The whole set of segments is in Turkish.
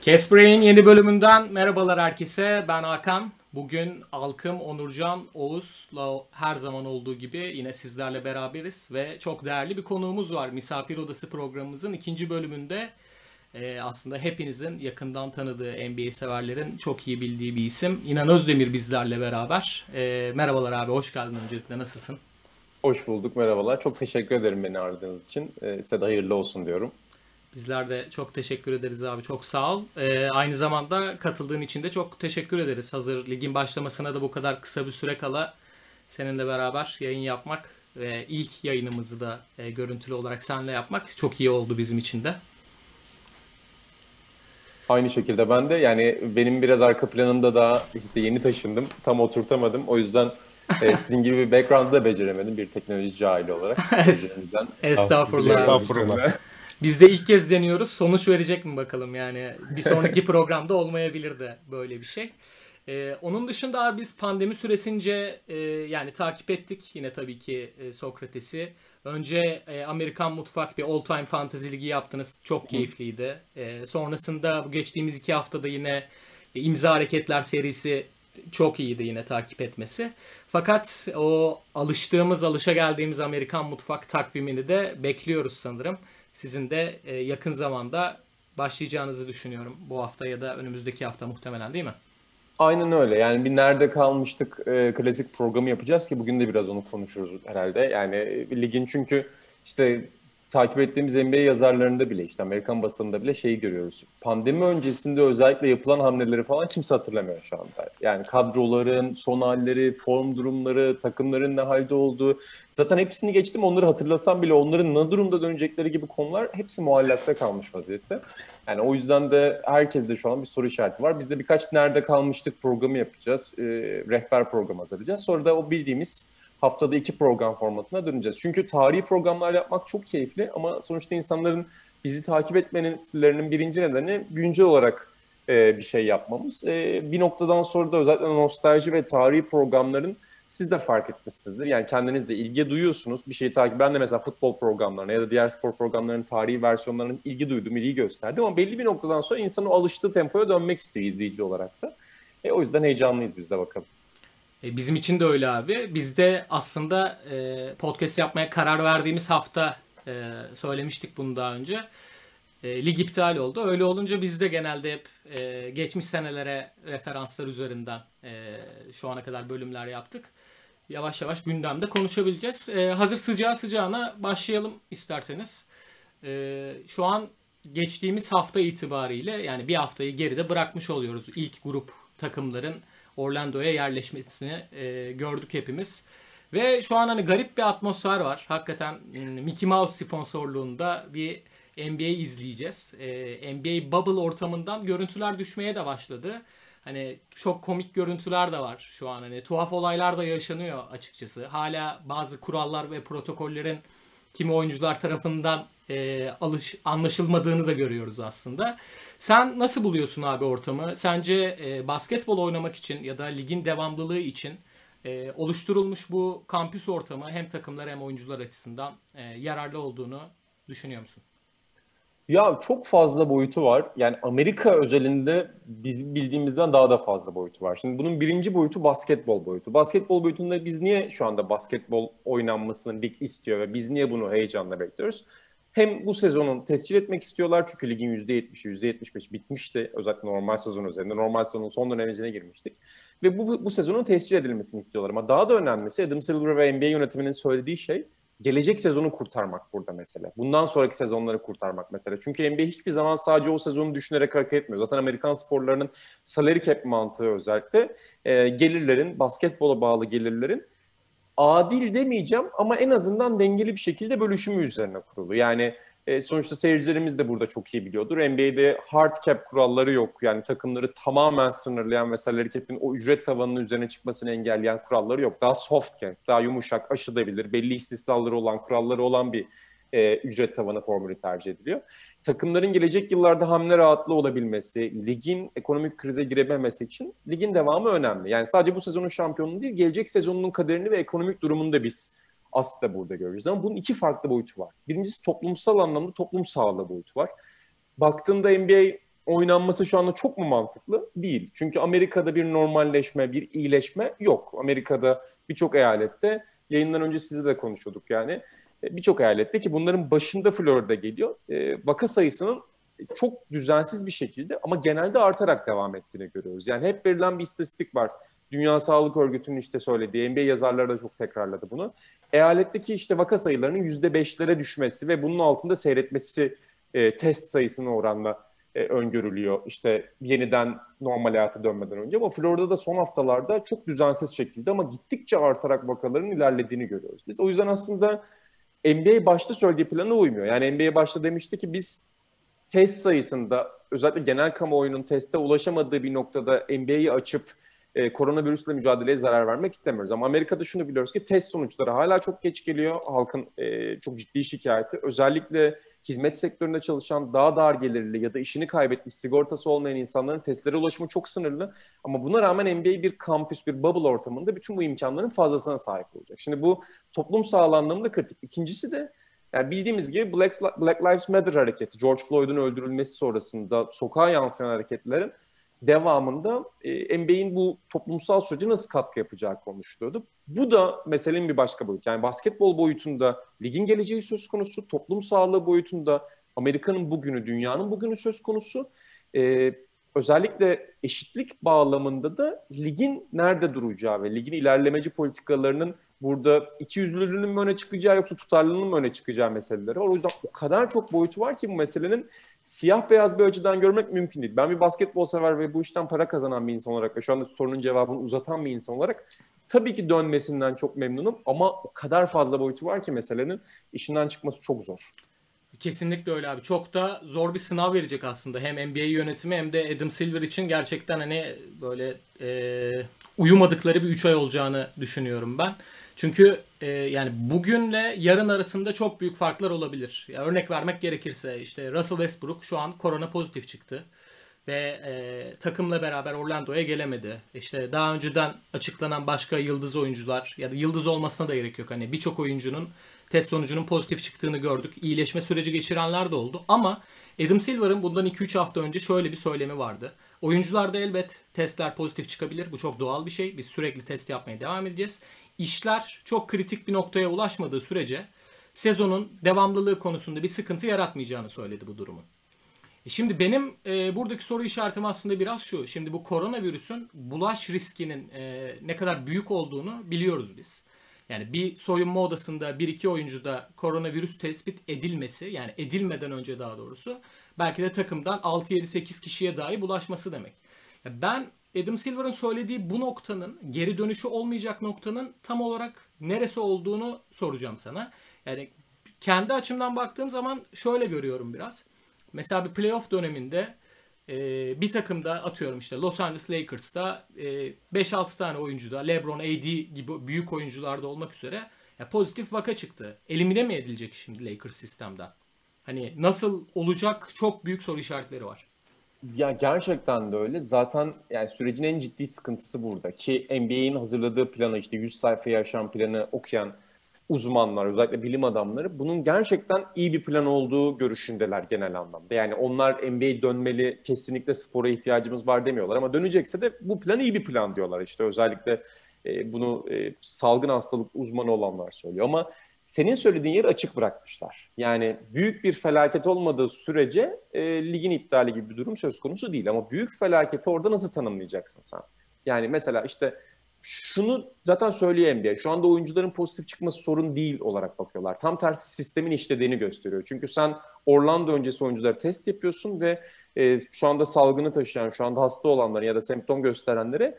Casper'in yeni bölümünden merhabalar herkese. Ben Hakan. Bugün Alkım, Onurcan, Oğuz'la her zaman olduğu gibi yine sizlerle beraberiz ve çok değerli bir konuğumuz var. Misafir Odası programımızın ikinci bölümünde aslında hepinizin yakından tanıdığı NBA severlerin çok iyi bildiği bir isim. İnan Özdemir bizlerle beraber. Merhabalar abi, hoş geldin öncelikle. Nasılsın? Hoş bulduk, merhabalar. Çok teşekkür ederim beni aradığınız için. Size de hayırlı olsun diyorum. Bizler de çok teşekkür ederiz abi. Çok sağ ol. Aynı zamanda katıldığın için de çok teşekkür ederiz. Hazır ligin başlamasına da bu kadar kısa bir süre kala seninle beraber yayın yapmak ve ilk yayınımızı da görüntülü olarak seninle yapmak çok iyi oldu bizim için de. Aynı şekilde ben de yani benim biraz arka planımda daha işte yeni taşındım. Tam oturtamadım. O yüzden sizin gibi bir background'ı da beceremedim bir teknoloji cahili olarak. Sözlerinizden. Estağfurullah. Estağfurullah. Biz de ilk kez deniyoruz. Sonuç verecek mi bakalım yani. Bir sonraki programda olmayabilir de böyle bir şey. Onun dışında abi biz pandemi süresince yani takip ettik yine tabii ki Sokrates'i. Önce Amerikan Mutfak bir All Time Fantasy Ligi yaptınız. Çok keyifliydi. Sonrasında bu geçtiğimiz 2 haftada yine imza hareketler serisi çok iyiydi yine takip etmesi. Fakat o alışa geldiğimiz Amerikan Mutfak takvimini de bekliyoruz sanırım. Sizin de yakın zamanda başlayacağınızı düşünüyorum. Bu hafta ya da önümüzdeki hafta muhtemelen, değil mi? Aynen öyle. Yani bir nerede kalmıştık klasik programı yapacağız ki bugün de biraz onu konuşuruz herhalde. Yani ligin çünkü işte takip ettiğimiz NBA yazarlarında bile işte Amerikan basınında bile şeyi görüyoruz. Pandemi öncesinde özellikle yapılan hamleleri falan kimse hatırlamıyor şu anda. Yani kadroların, son halleri, form durumları, takımların ne halde olduğu. Zaten hepsini geçtim, onları hatırlasam bile onların ne durumda dönecekleri gibi konular hepsi muallakta kalmış vaziyette. Yani o yüzden de herkeste şu an bir soru işareti var. Biz de birkaç nerede kalmıştık programı yapacağız. Rehber programı hazırlayacağız. Sonra da o bildiğimiz haftada 2 program formatına döneceğiz. Çünkü tarihi programlar yapmak çok keyifli ama sonuçta insanların bizi takip etmelerinin birinci nedeni güncel olarak bir şey yapmamız. Bir noktadan sonra da özellikle nostalji ve tarihi programların siz de fark etmişsinizdir. Yani kendiniz de ilgi duyuyorsunuz. Bir şeyi takip. Ben de mesela futbol programlarına ya da diğer spor programlarının tarihi versiyonlarına ilgi duydum, ilgi gösterdim. Ama belli bir noktadan sonra insanın o alıştığı tempoya dönmek istiyor izleyici olarak da. O yüzden heyecanlıyız biz de bakalım. Bizim için de öyle abi. Biz de aslında podcast yapmaya karar verdiğimiz hafta söylemiştik bunu daha önce. Lig iptal oldu. Öyle olunca biz de genelde hep geçmiş senelere referanslar üzerinden şu ana kadar bölümler yaptık. Yavaş yavaş gündemde konuşabileceğiz. Hazır sıcağı sıcağına başlayalım isterseniz. Şu an geçtiğimiz hafta itibariyle yani bir haftayı geride bırakmış oluyoruz. İlk grup takımların Orlando'ya yerleşmesini gördük hepimiz. Ve şu an hani garip bir atmosfer var. Hakikaten Mickey Mouse sponsorluğunda bir NBA izleyeceğiz. NBA Bubble ortamından görüntüler düşmeye de başladı. Hani çok komik görüntüler de var şu an. Hani tuhaf olaylar da yaşanıyor açıkçası. Hala bazı kurallar ve protokollerin kimi oyuncular tarafından anlaşılmadığını da görüyoruz aslında. Sen nasıl buluyorsun abi ortamı? Sence basketbol oynamak için ya da ligin devamlılığı için oluşturulmuş bu kampüs ortamı hem takımlar hem oyuncular açısından yararlı olduğunu düşünüyor musun? Ya çok fazla boyutu var. Yani Amerika özelinde biz bildiğimizden daha da fazla boyutu var. Şimdi bunun birinci boyutu basketbol boyutu. Basketbol boyutunda biz niye şu anda basketbol oynanmasını lig istiyor ve biz niye bunu heyecanla bekliyoruz? Hem bu sezonu tescil etmek istiyorlar çünkü ligin %70'i, %75'i bitmişti. Özellikle normal sezon üzerinde. Normal sezonun son dönemine girmiştik. Ve bu sezonun tescil edilmesini istiyorlar. Ama daha da önemlisi Adam Silver ve NBA yönetiminin söylediği şey gelecek sezonu kurtarmak burada mesele. Bundan sonraki sezonları kurtarmak mesele. Çünkü NBA hiçbir zaman sadece o sezonu düşünerek hareket etmiyor. Zaten Amerikan sporlarının salary cap mantığı özellikle gelirlerin, basketbola bağlı gelirlerin adil demeyeceğim ama en azından dengeli bir şekilde bölüşümü üzerine kurulu. Yani sonuçta seyircilerimiz de burada çok iyi biliyordur. NBA'de hard cap kuralları yok. Yani takımları tamamen sınırlayan ve salary cap'in o ücret tavanının üzerine çıkmasını engelleyen kuralları yok. Daha soft cap, daha yumuşak, aşılabilir, belli istisnaları olan, kuralları olan bir ücret tavanı formülü tercih ediliyor. Takımların gelecek yıllarda hamle rahatlığı olabilmesi, ligin ekonomik krize girememesi için ligin devamı önemli. Yani sadece bu sezonun şampiyonluğu değil, gelecek sezonun kaderini ve ekonomik durumunu da biz aslında burada göreceğiz. Ama bunun 2 farklı boyutu var. Birincisi toplumsal anlamda toplum sağlığı boyutu var. Baktığında NBA oynanması şu anda çok mu mantıklı? Değil. Çünkü Amerika'da bir normalleşme, bir iyileşme yok. Amerika'da birçok eyalette, yayından önce sizle de konuşuyorduk yani, birçok eyalette ki bunların başında Florida geliyor. Vaka sayısının çok düzensiz bir şekilde ama genelde artarak devam ettiğini görüyoruz. Yani hep verilen bir istatistik var. Dünya Sağlık Örgütü'nün işte söylediği, NBA yazarları da çok tekrarladı bunu. Eyaletteki işte vaka sayılarının %5'lere düşmesi ve bunun altında seyretmesi test sayısına oranla öngörülüyor. İşte yeniden normal hayata dönmeden önce. Ama Florida'da son haftalarda çok düzensiz şekilde ama gittikçe artarak vakaların ilerlediğini görüyoruz. Biz o yüzden aslında NBA başta söylediği plana uymuyor. Yani NBA başta demişti ki biz test sayısında, özellikle genel kamuoyunun teste ulaşamadığı bir noktada NBA'yi açıp koronavirüsle mücadeleye zarar vermek istemiyoruz. Ama Amerika'da şunu biliyoruz ki test sonuçları hala çok geç geliyor. Halkın çok ciddi şikayeti. Özellikle hizmet sektöründe çalışan daha dar gelirli ya da işini kaybetmiş, sigortası olmayan insanların testlere ulaşımı çok sınırlı. Ama buna rağmen NBA bir kampüs, bir bubble ortamında bütün bu imkanların fazlasına sahip olacak. Şimdi bu toplumsal anlamda kritik. İkincisi de yani bildiğimiz gibi Black Lives Matter hareketi, George Floyd'un öldürülmesi sonrasında sokağa yansıyan hareketlerin devamında NBA'in bu toplumsal sürece nasıl katkı yapacağı konuşuluyordu. Bu da meselenin bir başka boyutu. Yani basketbol boyutunda ligin geleceği söz konusu, toplum sağlığı boyutunda Amerika'nın bugünü, dünyanın bugünü söz konusu. Özellikle eşitlik bağlamında da ligin nerede duracağı ve ligin ilerlemeci politikalarının burada ikiyüzlülüğünün mü öne çıkacağı yoksa tutarlılığının mı öne çıkacağı meseleleri var. O yüzden o kadar çok boyutu var ki bu meselenin siyah beyaz bir açıdan görmek mümkün değil. Ben bir basketbol sever ve bu işten para kazanan bir insan olarak ve şu anda sorunun cevabını uzatan bir insan olarak tabii ki dönmesinden çok memnunum ama o kadar fazla boyutu var ki meselenin işinden çıkması çok zor. Kesinlikle öyle abi. Çok da zor bir sınav verecek aslında. Hem NBA yönetimi hem de Adam Silver için gerçekten hani böyle uyumadıkları bir 3 ay olacağını düşünüyorum ben. Çünkü yani bugünle yarın arasında çok büyük farklar olabilir. Ya örnek vermek gerekirse işte Russell Westbrook şu an korona pozitif çıktı. Ve takımla beraber Orlando'ya gelemedi. İşte daha önceden açıklanan başka yıldız oyuncular ya da yıldız olmasına da gerek yok. Hani birçok oyuncunun test sonucunun pozitif çıktığını gördük. İyileşme süreci geçirenler de oldu. Ama Adam Silver'ın bundan 2-3 hafta önce şöyle bir söylemi vardı. Oyuncularda elbet testler pozitif çıkabilir. Bu çok doğal bir şey. Biz sürekli test yapmaya devam edeceğiz. İşler çok kritik bir noktaya ulaşmadığı sürece sezonun devamlılığı konusunda bir sıkıntı yaratmayacağını söyledi bu durumun. Şimdi benim buradaki soru işaretim aslında biraz şu. Şimdi bu koronavirüsün bulaş riskinin ne kadar büyük olduğunu biliyoruz biz. Yani bir soyunma odasında bir iki oyuncuda koronavirüs tespit edilmesi, yani edilmeden önce daha doğrusu belki de takımdan 6-7-8 kişiye dahi bulaşması demek. Ben Adam Silver'ın söylediği bu noktanın, geri dönüşü olmayacak noktanın tam olarak neresi olduğunu soracağım sana. Yani kendi açımdan baktığım zaman şöyle görüyorum biraz. Mesela bir playoff döneminde bir takımda atıyorum işte Los Angeles Lakers'ta 5-6 tane oyuncuda LeBron, AD gibi büyük oyuncularda olmak üzere pozitif vaka çıktı. Elimine mi edilecek şimdi Lakers sistemden? Hani nasıl olacak, çok büyük soru işaretleri var. Ya gerçekten de öyle. Zaten yani sürecin en ciddi sıkıntısı burada ki NBA'in hazırladığı planı, işte 100 sayfayı aşan planı okuyan uzmanlar, özellikle bilim adamları bunun gerçekten iyi bir plan olduğu görüşündeler genel anlamda. Yani onlar NBA dönmeli, kesinlikle spora ihtiyacımız var demiyorlar ama dönecekse de bu plan iyi bir plan diyorlar. İşte özellikle bunu salgın hastalık uzmanı olanlar söylüyor ama senin söylediğin yeri açık bırakmışlar. Yani büyük bir felaket olmadığı sürece ligin iptali gibi bir durum söz konusu değil. Ama büyük felaketi orada nasıl tanımlayacaksın sen? Yani mesela işte şunu zaten söylüyor NBA. Şu anda oyuncuların pozitif çıkması sorun değil olarak bakıyorlar. Tam tersi sistemin işlediğini gösteriyor. Çünkü sen Orlando öncesi oyunculara test yapıyorsun ve şu anda salgını taşıyan, şu anda hasta olanları ya da semptom gösterenleri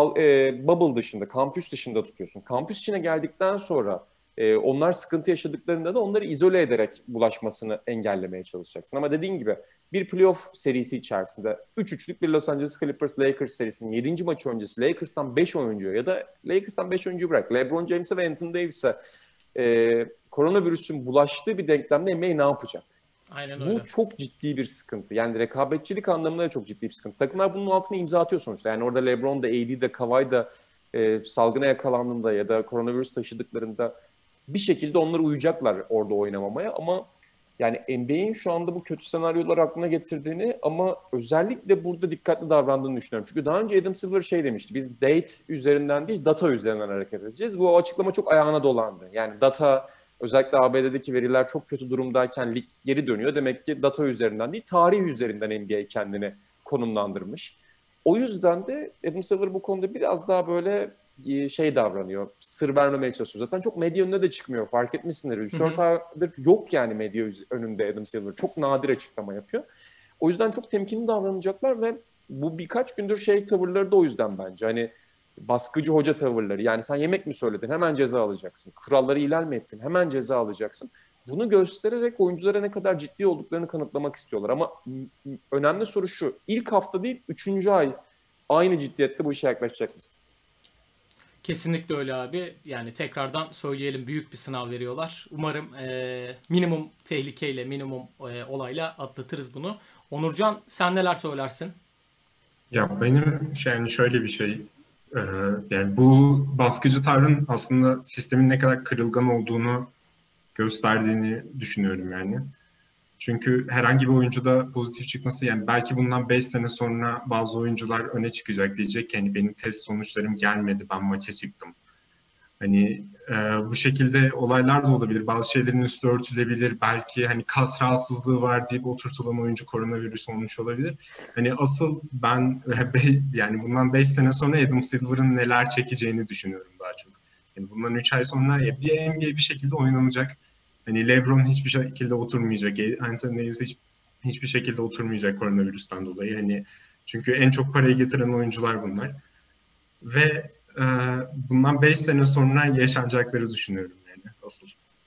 bubble dışında, kampüs dışında tutuyorsun. Kampüs içine geldikten sonra onlar sıkıntı yaşadıklarında da onları izole ederek bulaşmasını engellemeye çalışacaksın. Ama dediğin gibi bir playoff serisi içerisinde 3-3'lük bir Los Angeles Clippers Lakers serisinin 7. maçı öncesi Lakers'tan 5 oyuncuya ya da Lakers'tan 5 oyuncuyu bırak LeBron James'e ve Anthony Davis'e koronavirüsün bulaştığı bir denklemde NBA ne yapacak? Aynen öyle. Bu çok ciddi bir sıkıntı. Yani rekabetçilik anlamında da çok ciddi bir sıkıntı. Takımlar bunun altına imza atıyor sonuçta. Yani orada LeBron da, AD de, Kawhi da salgına yakalandığında ya da koronavirüs taşıdıklarında bir şekilde onlar uyacaklar orada oynamamaya ama Yani NBA'in şu anda bu kötü senaryolar aklına getirdiğini ama özellikle burada dikkatli davrandığını düşünüyorum. Çünkü daha önce Adam Silver şey demişti. Biz date üzerinden değil data üzerinden hareket edeceğiz. Bu açıklama çok ayağına dolandı. Yani data, özellikle ABD'deki veriler çok kötü durumdayken lig geri dönüyor. Demek ki data üzerinden değil tarih üzerinden NBA kendini konumlandırmış. O yüzden de Adam Silver bu konuda biraz daha böyle şey davranıyor. Sır vermemeye çalışıyor. Zaten çok medya önüne de çıkmıyor. Fark etmişsindir. 3-4 aydır yok yani medya önünde Adam Silver. Çok nadir açıklama yapıyor. O yüzden çok temkinli davranacaklar ve bu birkaç gündür şey tavırları da o yüzden bence. Hani baskıcı hoca tavırları. Yani sen yemek mi söyledin? Hemen ceza alacaksın. Kuralları ihlal mi ettin? Hemen ceza alacaksın. Bunu göstererek oyunculara ne kadar ciddi olduklarını kanıtlamak istiyorlar. Ama önemli soru şu. İlk hafta değil, 3. ay aynı ciddiyette bu işe yaklaşacak mısın? Kesinlikle öyle abi. Yani tekrardan söyleyelim, büyük bir sınav veriyorlar. Umarım minimum tehlikeyle, minimum olayla atlatırız bunu. Onurcan, sen neler söylersin? Ya benim yani şöyle bir şey, e, yani bu baskıcı tavrın aslında sistemin ne kadar kırılgan olduğunu gösterdiğini düşünüyorum yani. Çünkü herhangi bir oyuncuda pozitif çıkması, yani belki bundan 5 sene sonra bazı oyuncular öne çıkacak, diyecek ki hani benim test sonuçlarım gelmedi, ben maça çıktım. Hani bu şekilde olaylar da olabilir. Bazı şeylerin üstü örtülebilir. Belki hani kas rahatsızlığı var deyip oturtulan oyuncu koronavirüs olmuş olabilir. Hani asıl ben yani bundan 5 sene sonra Adam Silver'ın neler çekeceğini düşünüyorum daha çok. Yani bundan 3 ay sonra bir NBA bir şekilde oynanacak. Hani LeBron hiçbir şekilde oturmayacak. Anthony Davis hiçbir şekilde oturmayacak koronavirüsten dolayı. Hani çünkü en çok parayı getiren oyuncular bunlar. Ve bundan 5 sene sonra yaşanacakları düşünüyorum yani asıl.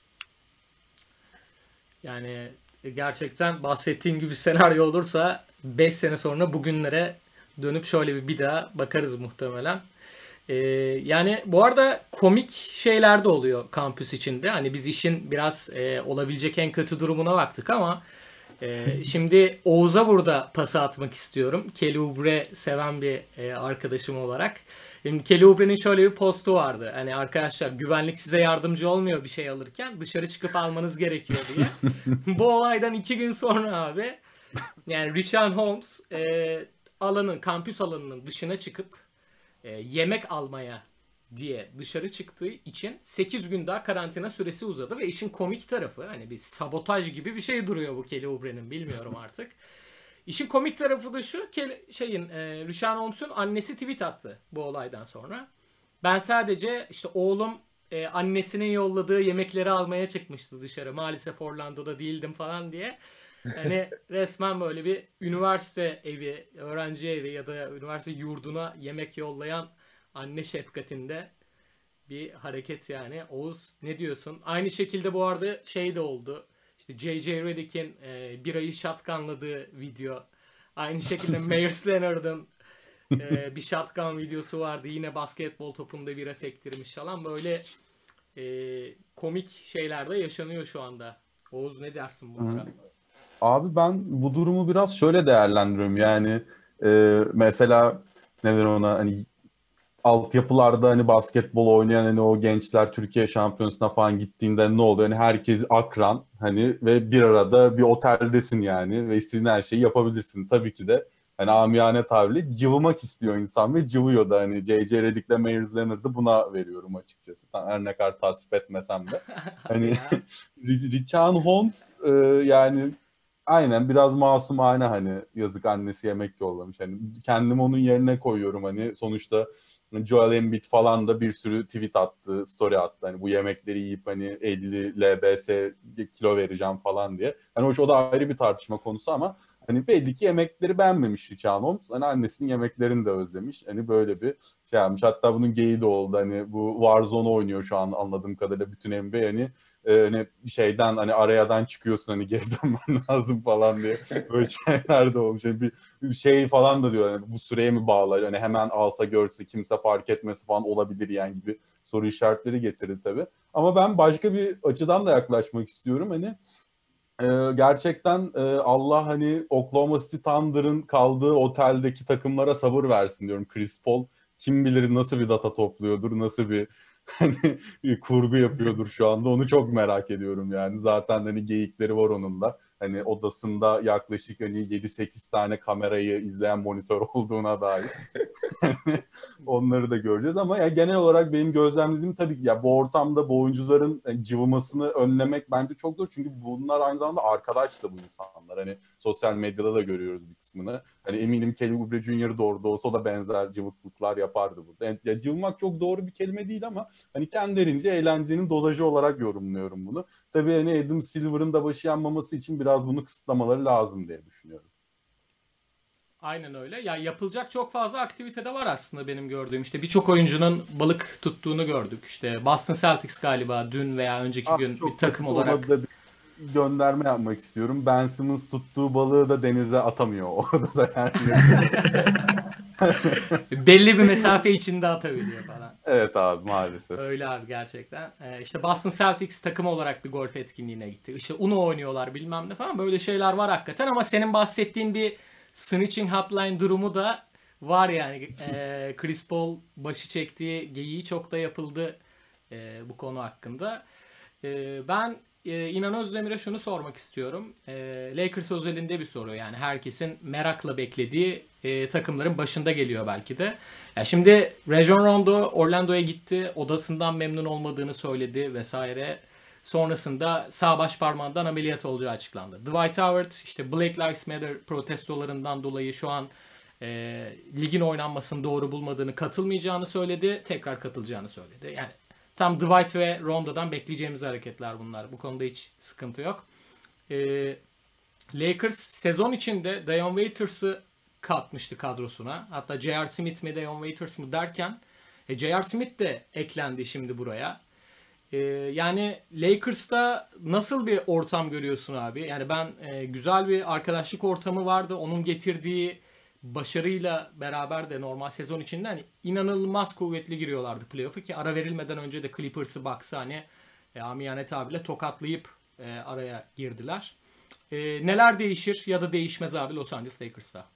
Yani gerçekten bahsettiğin gibi senaryo olursa 5 sene sonra bugünlere dönüp şöyle bir daha bakarız muhtemelen. Yani bu arada komik şeyler de oluyor kampüs içinde. Hani biz işin biraz olabilecek en kötü durumuna baktık ama şimdi Oğuz'a burada pası atmak istiyorum. Kelly Oubre seven bir arkadaşım olarak. Şimdi Kelly Oubre'nin şöyle bir postu vardı. Hani arkadaşlar, güvenlik size yardımcı olmuyor bir şey alırken, dışarı çıkıp almanız gerekiyor diye. Bu olaydan 2 gün sonra abi, yani Richaun Holmes kampüs alanının dışına çıkıp yemek almaya diye dışarı çıktığı için 8 gün daha karantina süresi uzadı ve işin komik tarafı, hani bir sabotaj gibi bir şey duruyor bu Kelly Oubre'nin, bilmiyorum artık. İşin komik tarafı da şu, Richaun Holmes'un annesi tweet attı bu olaydan sonra. Ben sadece işte oğlum annesinin yolladığı yemekleri almaya çıkmıştı dışarı. Maalesef Orlando'da değildim falan diye. Hani resmen böyle bir üniversite evi, öğrenci evi ya da üniversite yurduna yemek yollayan anne şefkatinde bir hareket yani. Oğuz, ne diyorsun? Aynı şekilde bu arada şey de oldu. İşte J.J. Redick'in birayı shotgunladığı video. Aynı şekilde Myers Leonard'ın bir shotgun videosu vardı. Yine basketbol topunda bira sektirmiş falan. Böyle komik şeyler de yaşanıyor şu anda. Oğuz, ne dersin bunlara? Abi ben bu durumu biraz şöyle değerlendiriyorum. Yani mesela neden ona hani altyapılarda hani basketbol oynayan hani o gençler Türkiye şampiyonasına falan gittiğinde ne oluyor? Hani herkes akran hani ve bir arada bir oteldesin yani ve istediğin her şeyi yapabilirsin. Tabii ki de hani amiyane tabirle cıvımak istiyor insan ve cıvıyor da hani J.J. Redick'le Myers Leonard'ı buna veriyorum açıkçası. Her ne kadar tasvip etmesem de. Hani Richaun Holmes yani aynen biraz masumane hani yazık annesi yemek yollamış. Hani kendimi onun yerine koyuyorum hani sonuçta Joel Embiid falan da bir sürü tweet attı, story attı. Hani bu yemekleri yiyip hani 50 LBS kilo vereceğim falan diye. Hani o da ayrı bir tartışma konusu ama hani belli ki yemekleri beğenmemiş Richaun Holmes. Hani annesinin yemeklerini de özlemiş. Hani böyle bir şey yapmış. Hatta bunun geyiği de oldu. Hani bu Warzone oynuyor şu an anladığım kadarıyla bütün NBA hani hani şeyden hani arayadan çıkıyorsun hani geri dönmen lazım falan diye böyle şeyler de olmuş. Yani bir şey falan da diyor yani bu süreye mi bağlı hani hemen alsa görse kimse fark etmesi falan olabilir yani gibi soru işaretleri getirdi tabii. Ama ben başka bir açıdan da yaklaşmak istiyorum hani gerçekten Allah hani Oklahoma City Thunder'ın kaldığı oteldeki takımlara sabır versin diyorum. Chris Paul kim bilir nasıl bir data topluyordur, nasıl bir hani bir kurgu yapıyordur şu anda, onu çok merak ediyorum yani. Zaten hani geyikleri var onun da. Hani odasında yaklaşık hani 7-8 tane kamerayı izleyen monitör olduğuna dair. Onları da göreceğiz ama ya genel olarak benim gözlemlediğim tabii ki ya bu ortamda bu oyuncuların cıvımasını önlemek bence çok zor. Çünkü bunlar aynı zamanda arkadaş da bu insanlar. Hani sosyal medyada da görüyoruz bir kısmını. Hani eminim Kelly Oubre Jr. da orada olsa o da benzer cıvıklıklar yapardı burada. Yani, ya cıvımak çok doğru bir kelime değil ama hani kendilerince eğlencenin dozajı olarak yorumluyorum bunu. Tabii hani Adam Silver'ın da başı yanmaması için biraz bunu kısıtlamaları lazım diye düşünüyorum. Aynen öyle. Ya yapılacak çok fazla aktivite de var aslında benim gördüğüm. İşte birçok oyuncunun balık tuttuğunu gördük. İşte Boston Celtics galiba dün veya önceki gün bir takım olarak. Da bir gönderme yapmak istiyorum. Ben Simmons tuttuğu balığı da denize atamıyor. Orada da yani. Belli bir mesafe içinde atabiliyor falan. Evet abi, maalesef. Öyle abi gerçekten. İşte Boston Celtics takımı olarak bir golf etkinliğine gitti. İşte Uno oynuyorlar bilmem ne falan. Böyle şeyler var hakikaten ama senin bahsettiğin bir snitching hotline durumu da var yani. Chris Paul başı çektiği geyiği çok da yapıldı bu konu hakkında. Ben İnan Özdemir'e şunu sormak istiyorum. Lakers özelinde bir soru yani. Herkesin merakla beklediği takımların başında geliyor belki de. Ya şimdi Rajon Rondo Orlando'ya gitti. Odasından memnun olmadığını söyledi vesaire. Sonrasında sağ baş parmağından ameliyat olacağı açıklandı. Dwight Howard işte Black Lives Matter protestolarından dolayı şu an ligin oynanmasını doğru bulmadığını, katılmayacağını söyledi. Tekrar katılacağını söyledi. Yani tam Dwight ve Rondo'dan bekleyeceğimiz hareketler bunlar. Bu konuda hiç sıkıntı yok. Lakers sezon içinde Dion Waiters'ı katmıştı kadrosuna. Hatta J.R. Smith mi Dion Waiters mı derken J.R. Smith de eklendi şimdi buraya. Yani Lakers'ta nasıl bir ortam görüyorsun abi? Yani ben güzel bir arkadaşlık ortamı vardı. Onun getirdiği başarıyla beraber de normal sezon içinde hani inanılmaz kuvvetli giriyorlardı playoff'a ki ara verilmeden önce de Clippers'ı baksa hani amiyane tabirle tokatlayıp araya girdiler. Neler değişir ya da değişmez abi Los Angeles Lakers'ta?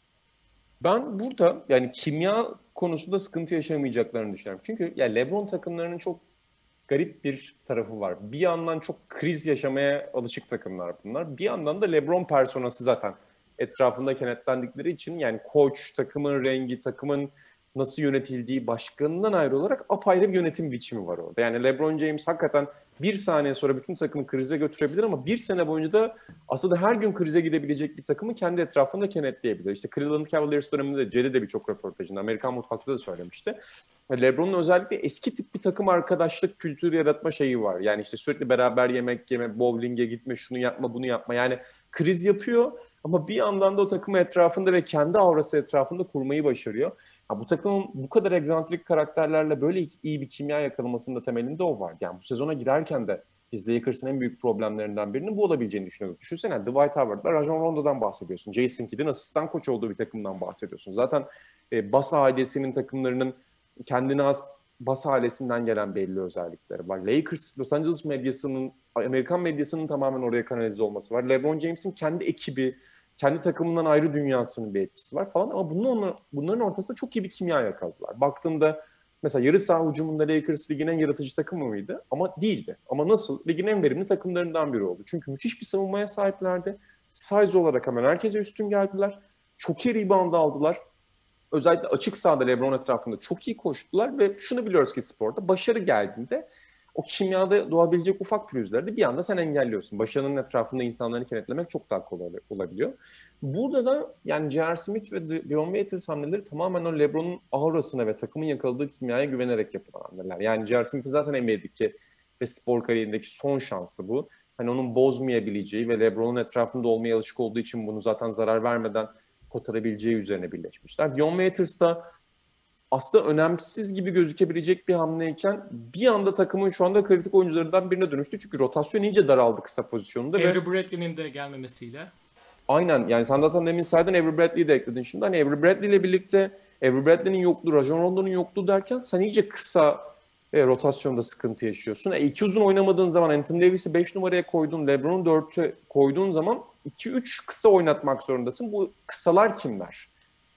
Ben burada yani kimya konusunda sıkıntı yaşamayacaklarını düşünüyorum. Çünkü ya LeBron takımlarının çok garip bir tarafı var. Bir yandan çok kriz yaşamaya alışık takımlar bunlar. Bir yandan da LeBron personası zaten etrafında kenetlendikleri için yani koç, takımın rengi, takımın nasıl yönetildiği, başkanından ayrı olarak apayrı bir yönetim biçimi var orada. Yani LeBron James hakikaten bir saniye sonra bütün takımı krize götürebilir ama bir sene boyunca da aslında her gün krize gidebilecek bir takımı kendi etrafında kenetleyebilir. İşte Cleveland Cavaliers döneminde Cedi de birçok röportajında Amerikan Mutfak'ta da söylemişti. LeBron'un özellikle eski tip bir takım arkadaşlık kültürü yaratma şeyi var. Yani işte sürekli beraber yemek yeme, bowling'e gitme, şunu yapma, bunu yapma. Yani kriz yapıyor ama bir yandan da o takımı etrafında ve kendi aurası etrafında kurmayı başarıyor. Ya bu takımın bu kadar egzantrik karakterlerle böyle iyi bir kimya yakalamasının da temelinde o var. Yani bu sezona girerken de biz Lakers'ın en büyük problemlerinden birinin bu olabileceğini düşünüyorduk. Düşünsene Dwight Howard'la Rajon Rondo'dan bahsediyorsun. Jason Kidd'in asistan koç olduğu bir takımdan bahsediyorsun. Zaten Bas ailesinin takımlarının kendine az Bas ailesinden gelen belli özellikleri var. Lakers, Los Angeles medyasının, Amerikan medyasının tamamen oraya kanalize olması var. LeBron James'in kendi ekibi, kendi takımından ayrı dünyasının bir etkisi var falan ama bunların ortasında çok iyi bir kimya yakaladılar. Baktığımda mesela yarı saha hücumunda Lakers ligin en yaratıcı takımı mıydı? Ama değildi. Ama nasıl? Ligin en verimli takımlarından biri oldu. Çünkü müthiş bir savunmaya sahiplerdi. Size olarak hemen herkese üstün geldiler. Çok iyi rebound aldılar. Özellikle açık sahada LeBron etrafında çok iyi koştular ve şunu biliyoruz ki sporda başarı geldiğinde o kimyada doğabilecek ufak pürüzleri de bir anda sen engelliyorsun. Başarının etrafında insanları kenetlemek çok daha kolay olabiliyor. Burada da yani J.R. Smith ve Dion Waiters hamleleri tamamen o LeBron'un aurasına ve takımın yakaladığı kimyaya güvenerek yapılan hamleler. Yani J.R. Smith'in zaten NBA'deki ve spor kariyerindeki son şansı bu. Hani onun bozmayabileceği ve LeBron'un etrafında olmaya alışık olduğu için bunu zaten zarar vermeden kotarabileceği üzerine birleşmişler. Dion Waiters da aslında önemsiz gibi gözükebilecek bir hamleyken bir anda takımın şu anda kritik oyuncularından birine dönüştü. Çünkü rotasyon iyice daraldı kısa pozisyonunda. Avery Bradley'nin de gelmemesiyle. Aynen yani sen zaten demin saydın Avery Bradley'i de ekledin şimdi. Hani Avery Bradley ile birlikte Avery Bradley'nin yokluğu, Rajon Rondo'nun yokluğu derken sen iyice kısa rotasyonda sıkıntı yaşıyorsun. İki uzun oynamadığın zaman Anthony Davis'i 5 numaraya koydun, LeBron'u 4'e koyduğun zaman 2-3 kısa oynatmak zorundasın. Bu kısalar kimler?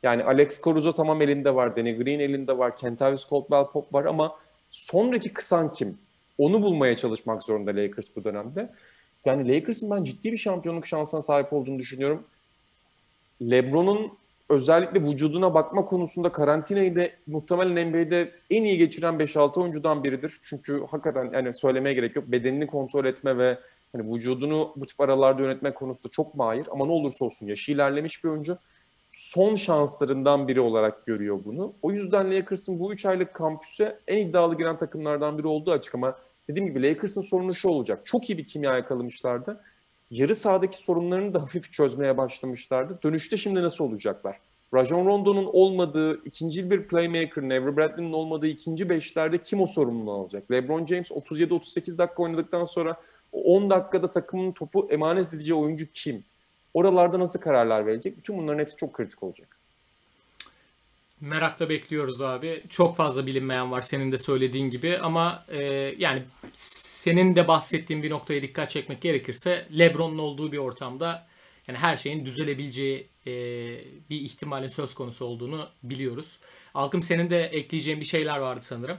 Yani Alex Caruso tamam elinde var, Danny Green elinde var, Kentavious Caldwell-Pope var ama sonraki kısan kim? Onu bulmaya çalışmak zorunda Lakers bu dönemde. Yani Lakers'ın ben ciddi bir şampiyonluk şansına sahip olduğunu düşünüyorum. LeBron'un özellikle vücuduna bakma konusunda karantinayı da muhtemelen NBA'de en iyi geçiren 5-6 oyuncudan biridir. Çünkü hakikaten yani söylemeye gerek yok. Bedenini kontrol etme ve hani vücudunu bu tip aralarda yönetme konusunda çok mahir. Ama ne olursa olsun yaşı ilerlemiş bir oyuncu. Son şanslarından biri olarak görüyor bunu. O yüzden Lakers'ın bu 3 aylık kampüse en iddialı giren takımlardan biri olduğu açık ama dediğim gibi Lakers'ın sorunu şu olacak. Çok iyi bir kimya yakalamışlardı. Yarı sahadaki sorunlarını da hafif çözmeye başlamışlardı. Dönüşte şimdi nasıl olacaklar? Rajon Rondo'nun olmadığı, ikinci bir playmaker, Avery Bradley'nin olmadığı ikinci beşlerde kim o sorumluluğu alacak? LeBron James 37-38 dakika oynadıktan sonra 10 dakikada takımın topu emanet edeceği oyuncu kim? Oralarda nasıl kararlar verecek? Bütün bunların hepsi çok kritik olacak. Merakla bekliyoruz abi. Çok fazla bilinmeyen var senin de söylediğin gibi ama yani senin de bahsettiğin bir noktaya dikkat çekmek gerekirse LeBron'un olduğu bir ortamda yani her şeyin düzelebileceği bir ihtimalin söz konusu olduğunu biliyoruz. Alkım senin de ekleyeceğin bir şeyler vardı sanırım.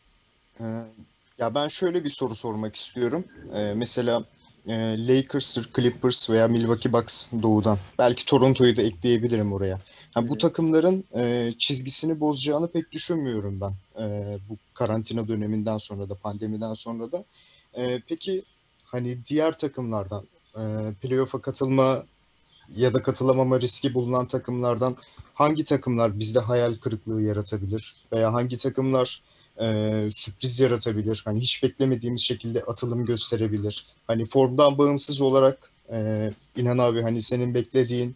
Ya ben şöyle bir soru sormak istiyorum. Mesela Lakers, Clippers veya Milwaukee Bucks doğudan. Belki Toronto'yu da ekleyebilirim oraya. Yani bu takımların çizgisini bozacağını pek düşünmüyorum ben. Bu karantina döneminden sonra da, pandemiden sonra da. Peki hani diğer takımlardan, playoff'a katılma ya da katılamama riski bulunan takımlardan hangi takımlar bizde hayal kırıklığı yaratabilir? Veya hangi takımlar sürpriz yaratabilir? Hani hiç beklemediğimiz şekilde atılım gösterebilir. Hani formdan bağımsız olarak İnan abi hani senin beklediğin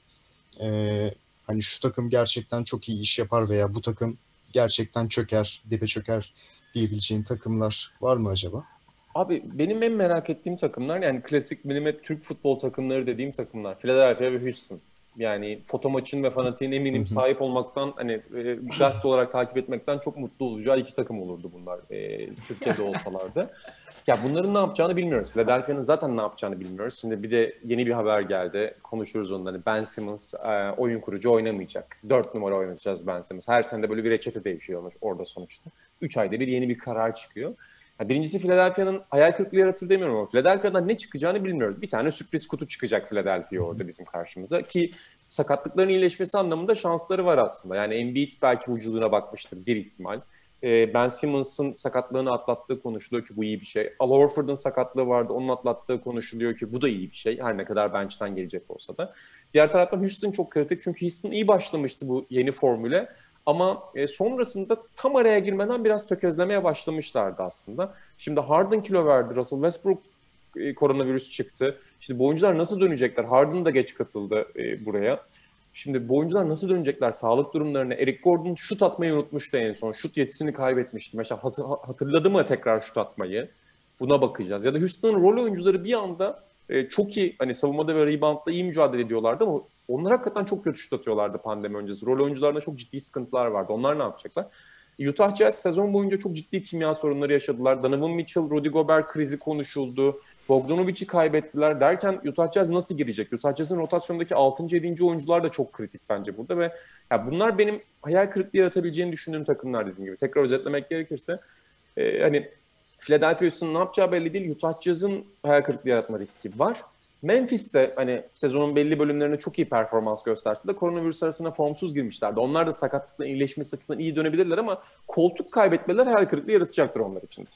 hani şu takım gerçekten çok iyi iş yapar veya bu takım gerçekten çöker, dibe çöker diyebileceğin takımlar var mı acaba? Abi benim en merak ettiğim takımlar yani klasik benim hep Türk futbol takımları dediğim takımlar. Philadelphia ve Houston. Yani foto maçın ve fanatiğin eminim sahip olmaktan hani gazete olarak takip etmekten çok mutlu olacağı iki takım olurdu bunlar Türkiye'de olsalardı. Ya bunların ne yapacağını bilmiyoruz. Philadelphia'nın zaten ne yapacağını bilmiyoruz. Şimdi bir de yeni bir haber geldi. Konuşuruz ondan. Hani Ben Simmons oyun kurucu oynamayacak. 4 numara oynatacağız Ben Simmons. Her sene böyle bir reçete değişiyor orada sonuçta. 3 ayda bir yeni bir karar çıkıyor. Ya birincisi Philadelphia'nın hayal kırıklığı yaratır demiyorum ama Philadelphia'dan ne çıkacağını bilmiyoruz. Bir tane sürpriz kutu çıkacak Philadelphia orada bizim karşımıza ki sakatlıkların iyileşmesi anlamında şansları var aslında. Yani Embiid belki vücuduna bakmıştır bir ihtimal. Ben Simmons'ın sakatlığını atlattığı konuşuluyor ki bu iyi bir şey. Al Horford'un sakatlığı vardı, onun atlattığı konuşuluyor ki bu da iyi bir şey. Her ne kadar bench'ten gelecek olsa da. Diğer taraftan Houston çok kritik çünkü Houston iyi başlamıştı bu yeni formüle. Ama sonrasında tam araya girmeden biraz tökezlemeye başlamışlardı aslında. Şimdi Harden kilo verdi, Russell Westbrook koronavirüs çıktı. Şimdi bu oyuncular nasıl dönecekler? Harden da geç katıldı buraya. Şimdi bu oyuncular nasıl dönecekler? Sağlık durumlarına. Eric Gordon şut atmayı unutmuştu en son. Şut yetisini kaybetmişti. Mesela hatırladı mı tekrar şut atmayı? Buna bakacağız. Ya da Houston'ın rol oyuncuları bir anda çok iyi hani savunmada ve reboundda iyi mücadele ediyorlardı ama onlar hakikaten çok kötü şut atıyorlardı pandemi öncesi. Rol oyuncularında çok ciddi sıkıntılar vardı. Onlar ne yapacaklar? Utah Jazz sezon boyunca çok ciddi kimya sorunları yaşadılar. Donovan Mitchell, Rudy Gobert krizi konuşuldu. Bogdanovic'i kaybettiler derken Utah Jazz nasıl girecek? Utah Jazz'ın rotasyondaki 6. 7. oyuncular da çok kritik bence burada ve ya bunlar benim hayal kırıklığı yaratabileceğini düşündüğüm takımlar dediğim gibi. Tekrar özetlemek gerekirse hani Philadelphia Houston'ın ne yapacağı belli değil. Utah Jazz'ın hayal kırıklığı yaratma riski var. Memphis'te hani sezonun belli bölümlerinde çok iyi performans gösterse de koronavirüs arasında formsuz girmişlerdi. Onlar da sakatlıkla iyileşmesi açısından iyi dönebilirler ama koltuk kaybetmeler hayal kırıklığı yaratacaktır onlar için.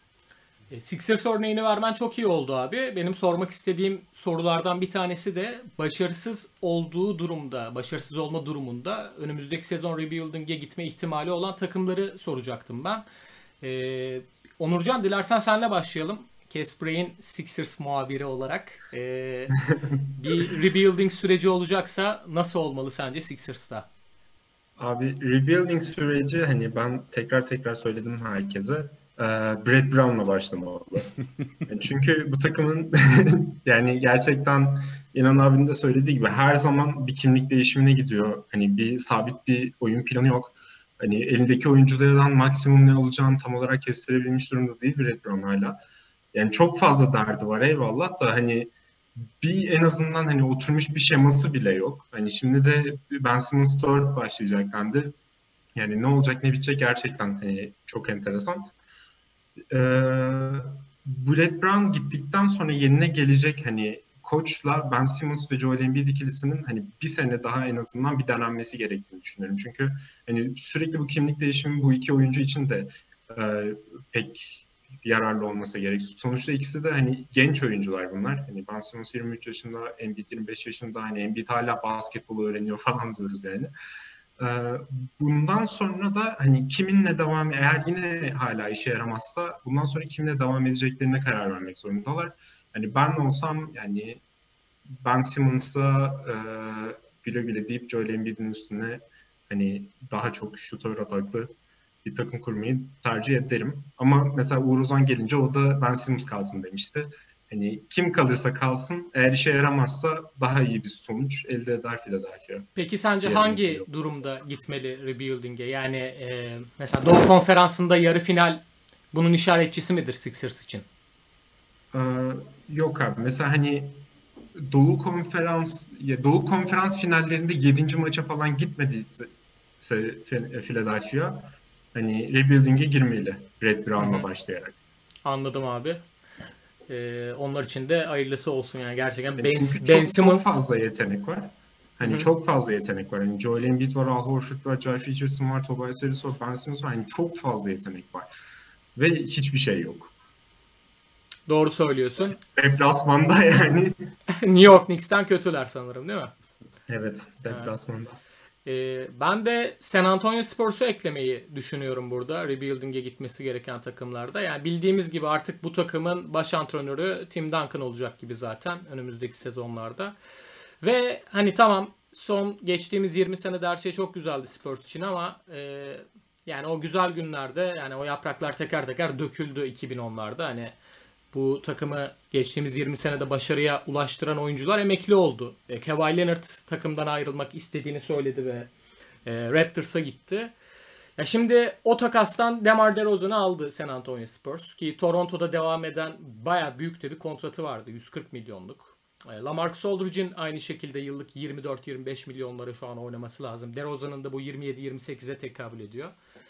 Sixers örneğini vermen çok iyi oldu abi. Benim sormak istediğim sorulardan bir tanesi de başarısız olduğu durumda, başarısız olma durumunda önümüzdeki sezon rebuilding'e gitme ihtimali olan takımları soracaktım ben. Onurcan dilersen senle başlayalım. Casper'in Sixers muhabiri olarak bir rebuilding süreci olacaksa nasıl olmalı sence Sixers'ta? Abi rebuilding süreci hani ben tekrar söyledim herkese. Brett Brown'la başlamalı. Çünkü bu takımın yani gerçekten İnan abinin de söylediği gibi her zaman bir kimlik değişimine gidiyor. Hani bir sabit bir oyun planı yok. Hani elindeki oyunculardan maksimum ne olacağını tam olarak kestirebilmiş durumda değil Brett Brown hala. Yani çok fazla derdi var eyvallah da hani bir en azından hani oturmuş bir şeması bile yok. Hani şimdi de Ben Simmons 4 başlayacak dendi. Yani ne olacak ne bitecek gerçekten hani çok enteresan. Brett Brown gittikten sonra yerine gelecek hani koçla Ben Simmons ve Joel Embiid ikilisinin hani bir sene daha en azından bir denenmesi gerektiğini düşünüyorum. Çünkü hani sürekli bu kimlik değişimi bu iki oyuncu için de pek yararlı olması gerek. Sonuçta ikisi de hani genç oyuncular bunlar. Hani Ben Simmons 23 yaşında, Embiid 25 yaşında. Hani Embiid hala basketbolu öğreniyor falan diyoruz yani. Bundan sonra da hani kiminle devam, eğer yine hala işe yaramazsa bundan sonra kiminle devam edeceklerine karar vermek zorundalar. Hani ben olsam yani Ben Simmons'a güle güle deyip Joel Embiid'in üstüne hani daha çok şutör ataklı bir takım kurmayı tercih ederim. Ama mesela Uğur Ozan gelince o da Ben Simmons kalsın demişti. Hani kim kalırsa kalsın, eğer işe yaramazsa daha iyi bir sonuç elde eder Philadelphia. Peki sence Diğer hangi oyuncu yok. durumda gitmeli rebuilding'e? Yani mesela Doğu Konferansı'nda yarı final bunun işaretçisi midir Sixers için? Yok abi. Mesela hani Doğu Konferans finallerinde 7. maça falan gitmediyse Philadelphia hani rebuilding'e girmeli. Brett Brown'la başlayarak. Anladım abi. Onlar için de hayırlısı olsun yani gerçekten. Yani Ben çünkü çok Simmons fazla yetenek var. Hani çok fazla yetenek var. Hani Joel Embiid var, Al Horford var, Josh Richardson var, Tobias Harris var, Ben Simmons var. Hani çok fazla yetenek var. Ve hiçbir şey yok. doğru söylüyorsun. Deplasmanda yani. New York Knicks'ten kötüler sanırım değil mi? Evet, deplasmanda. Ben de San Antonio Spurs'u eklemeyi düşünüyorum burada. Rebuilding'e gitmesi gereken takımlarda. Yani bildiğimiz gibi artık bu takımın baş antrenörü Tim Duncan olacak gibi zaten önümüzdeki sezonlarda. Ve hani tamam son geçtiğimiz 20 senede her şey çok güzeldi Spurs için ama yani o güzel günlerde yani o yapraklar teker teker döküldü 2010'larda. Hani bu takımı geçtiğimiz 20 senede başarıya ulaştıran oyuncular emekli oldu. Kawhi Leonard takımdan ayrılmak istediğini söyledi ve Raptors'a gitti. Ya şimdi o takastan DeMar DeRozan'ı aldı San Antonio Spurs ki Toronto'da devam eden bayağı büyük de bir kontratı vardı. 140 milyonluk. LaMarcus Aldridge'in aynı şekilde yıllık 24-25 milyonlara şu an oynaması lazım. DeRozan'ın da bu 27-28'e tekabül ediyor.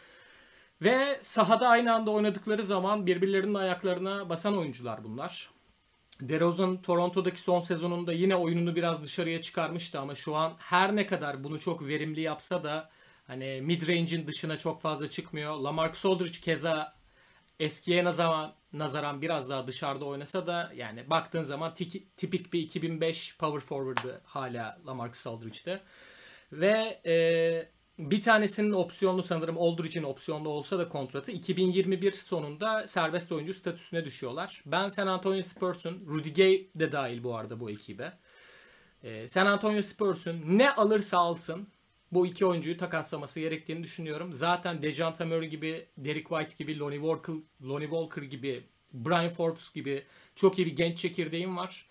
Ve sahada aynı anda oynadıkları zaman birbirlerinin ayaklarına basan oyuncular bunlar. DeRozan Toronto'daki son sezonunda yine oyununu biraz dışarıya çıkarmıştı ama şu an her ne kadar bunu çok verimli yapsa da hani mid-range'in dışına çok fazla çıkmıyor. LaMarcus Aldridge keza eskiye nazaran biraz daha dışarıda oynasa da yani baktığın zaman tipik bir 2005 power forward'ı hala LaMarcus Aldridge'de. Ve bir tanesinin opsiyonlu sanırım Aldridge'in opsiyonlu olsa da kontratı 2021 sonunda serbest oyuncu statüsüne düşüyorlar. Ben San Antonio Spurs'un, Rudy Gay de dahil bu arada bu ekibe. San Antonio Spurs'un ne alırsa alsın bu iki oyuncuyu takaslaması gerektiğini düşünüyorum. Zaten Dejounte Murray gibi, Derek White gibi, Lonnie Walker gibi, Brian Forbes gibi çok iyi bir genç çekirdeğim var.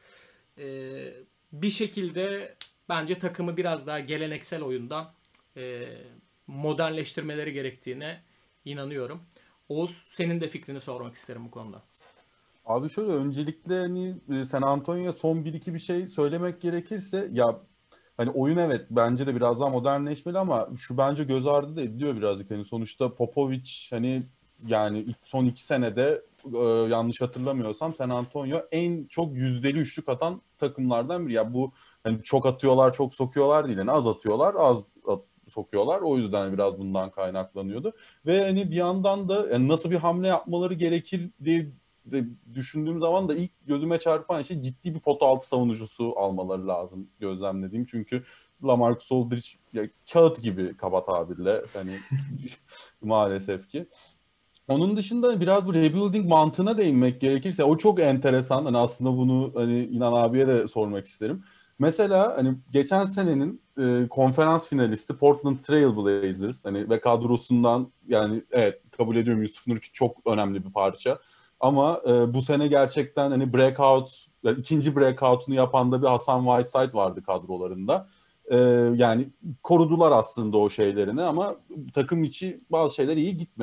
Bir şekilde bence takımı biraz daha geleneksel oyundan modernleştirmeleri gerektiğine inanıyorum. Oğuz senin de fikrini sormak isterim bu konuda. Abi şöyle öncelikle hani San Antonio'ya son 1-2 bir şey söylemek gerekirse ya hani oyun evet bence de biraz daha modernleşmeli ama şu bence göz ardı da ediliyor birazcık. Hani sonuçta Popovich hani yani son 2 senede yanlış hatırlamıyorsam San Antonio en çok yüzdeli üçlük atan takımlardan biri. Ya bu hani çok atıyorlar, çok sokuyorlar değil. Yani az atıyorlar, sokuyorlar. O yüzden biraz bundan kaynaklanıyordu. Ve hani bir yandan da yani nasıl bir hamle yapmaları gerekir diye de düşündüğüm zaman da ilk gözüme çarpan şey ciddi bir pota altı savunucusu almaları lazım gözlemlediğim. Çünkü LaMarcus Aldridge ya, kağıt gibi kaba tabirle hani maalesef ki. Onun dışında biraz bu rebuilding mantığına değinmek gerekirse o çok enteresan. Hani aslında bunu hani İnan abiye de sormak isterim. Mesela hani geçen senenin konferans finalisti Portland Trail Blazers hani ve kadrosundan yani evet kabul ediyorum Yusuf Nurkic çok önemli bir parça. Ama bu sene gerçekten hani ikinci breakout'unu yapan da bir Hasan Whiteside vardı kadrolarında. Yani korudular aslında o şeylerini ama takım içi bazı şeyler iyi gitmedi.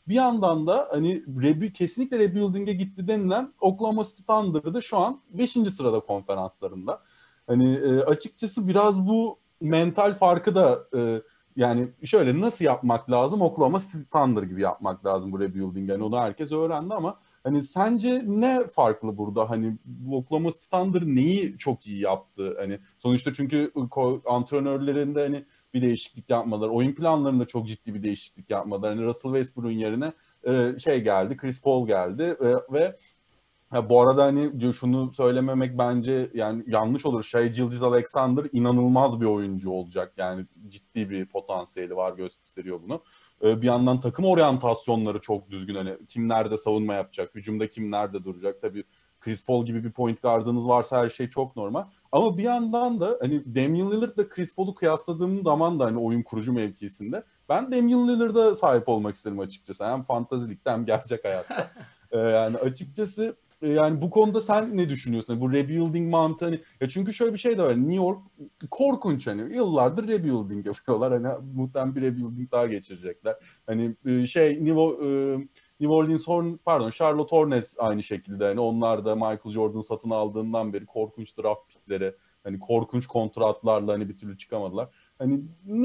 bir yandan da hani kesinlikle rebuilding'e gitti denilen Oklahoma City Thunder'da şu an 5. sırada konferanslarında. Hani açıkçası biraz bu mental farkı da yani şöyle nasıl yapmak lazım? Oklahoma City Thunder gibi yapmak lazım bu rebuilding. Yani onu herkes öğrendi ama hani sence ne farklı burada? Hani bu Oklahoma City Thunder neyi çok iyi yaptı? Hani sonuçta çünkü antrenörlerinde hani bir değişiklik yapmaları, oyun planlarında çok ciddi bir değişiklik yapmaları. Hani Russell Westbrook'un yerine geldi, Chris Paul geldi ve bu arada hani şunu söylememek bence yani yanlış olur. Shai Gilgeous-Alexander inanılmaz bir oyuncu olacak. Yani ciddi bir potansiyeli var, gösteriyor bunu. Bir yandan takım oryantasyonları çok düzgün. Hani kim nerede savunma yapacak, hücumda kim nerede duracak. Tabii Chris Paul gibi bir point guard'ınız varsa her şey çok normal. Ama bir yandan da hani Damian Lillard'la Chris Paul'u kıyasladığım zaman da hani oyun kurucu mevkisinde ben Damian Lillard'a sahip olmak isterim açıkçası. Hem fantazilikte hem gerçek hayatta. Yani açıkçası yani bu konuda sen ne düşünüyorsun? Bu rebuilding mantığı hani, ya çünkü şöyle bir şey de var. New York korkunç hani yıllardır rebuilding yapıyorlar. Hani muhtemelen bir rebuilding daha geçirecekler. Hani New Orleans Charlotte Hornets aynı şekilde. Hani onlar da Michael Jordan satın aldığından beri korkunç draft pickleri, hani korkunç kontratlarla hani bir türlü çıkamadılar. Hani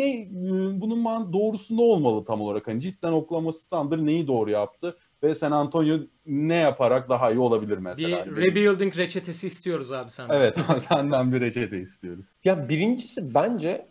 bunun doğrusu ne olmalı tam olarak? Hani cidden Oklahoma City Thunder neyi doğru yaptı? Ve San Antonio ne yaparak daha iyi olabilir mesela? Bir rebuilding reçetesi istiyoruz abi senden. Evet, senden bir reçete istiyoruz. Ya birincisi bence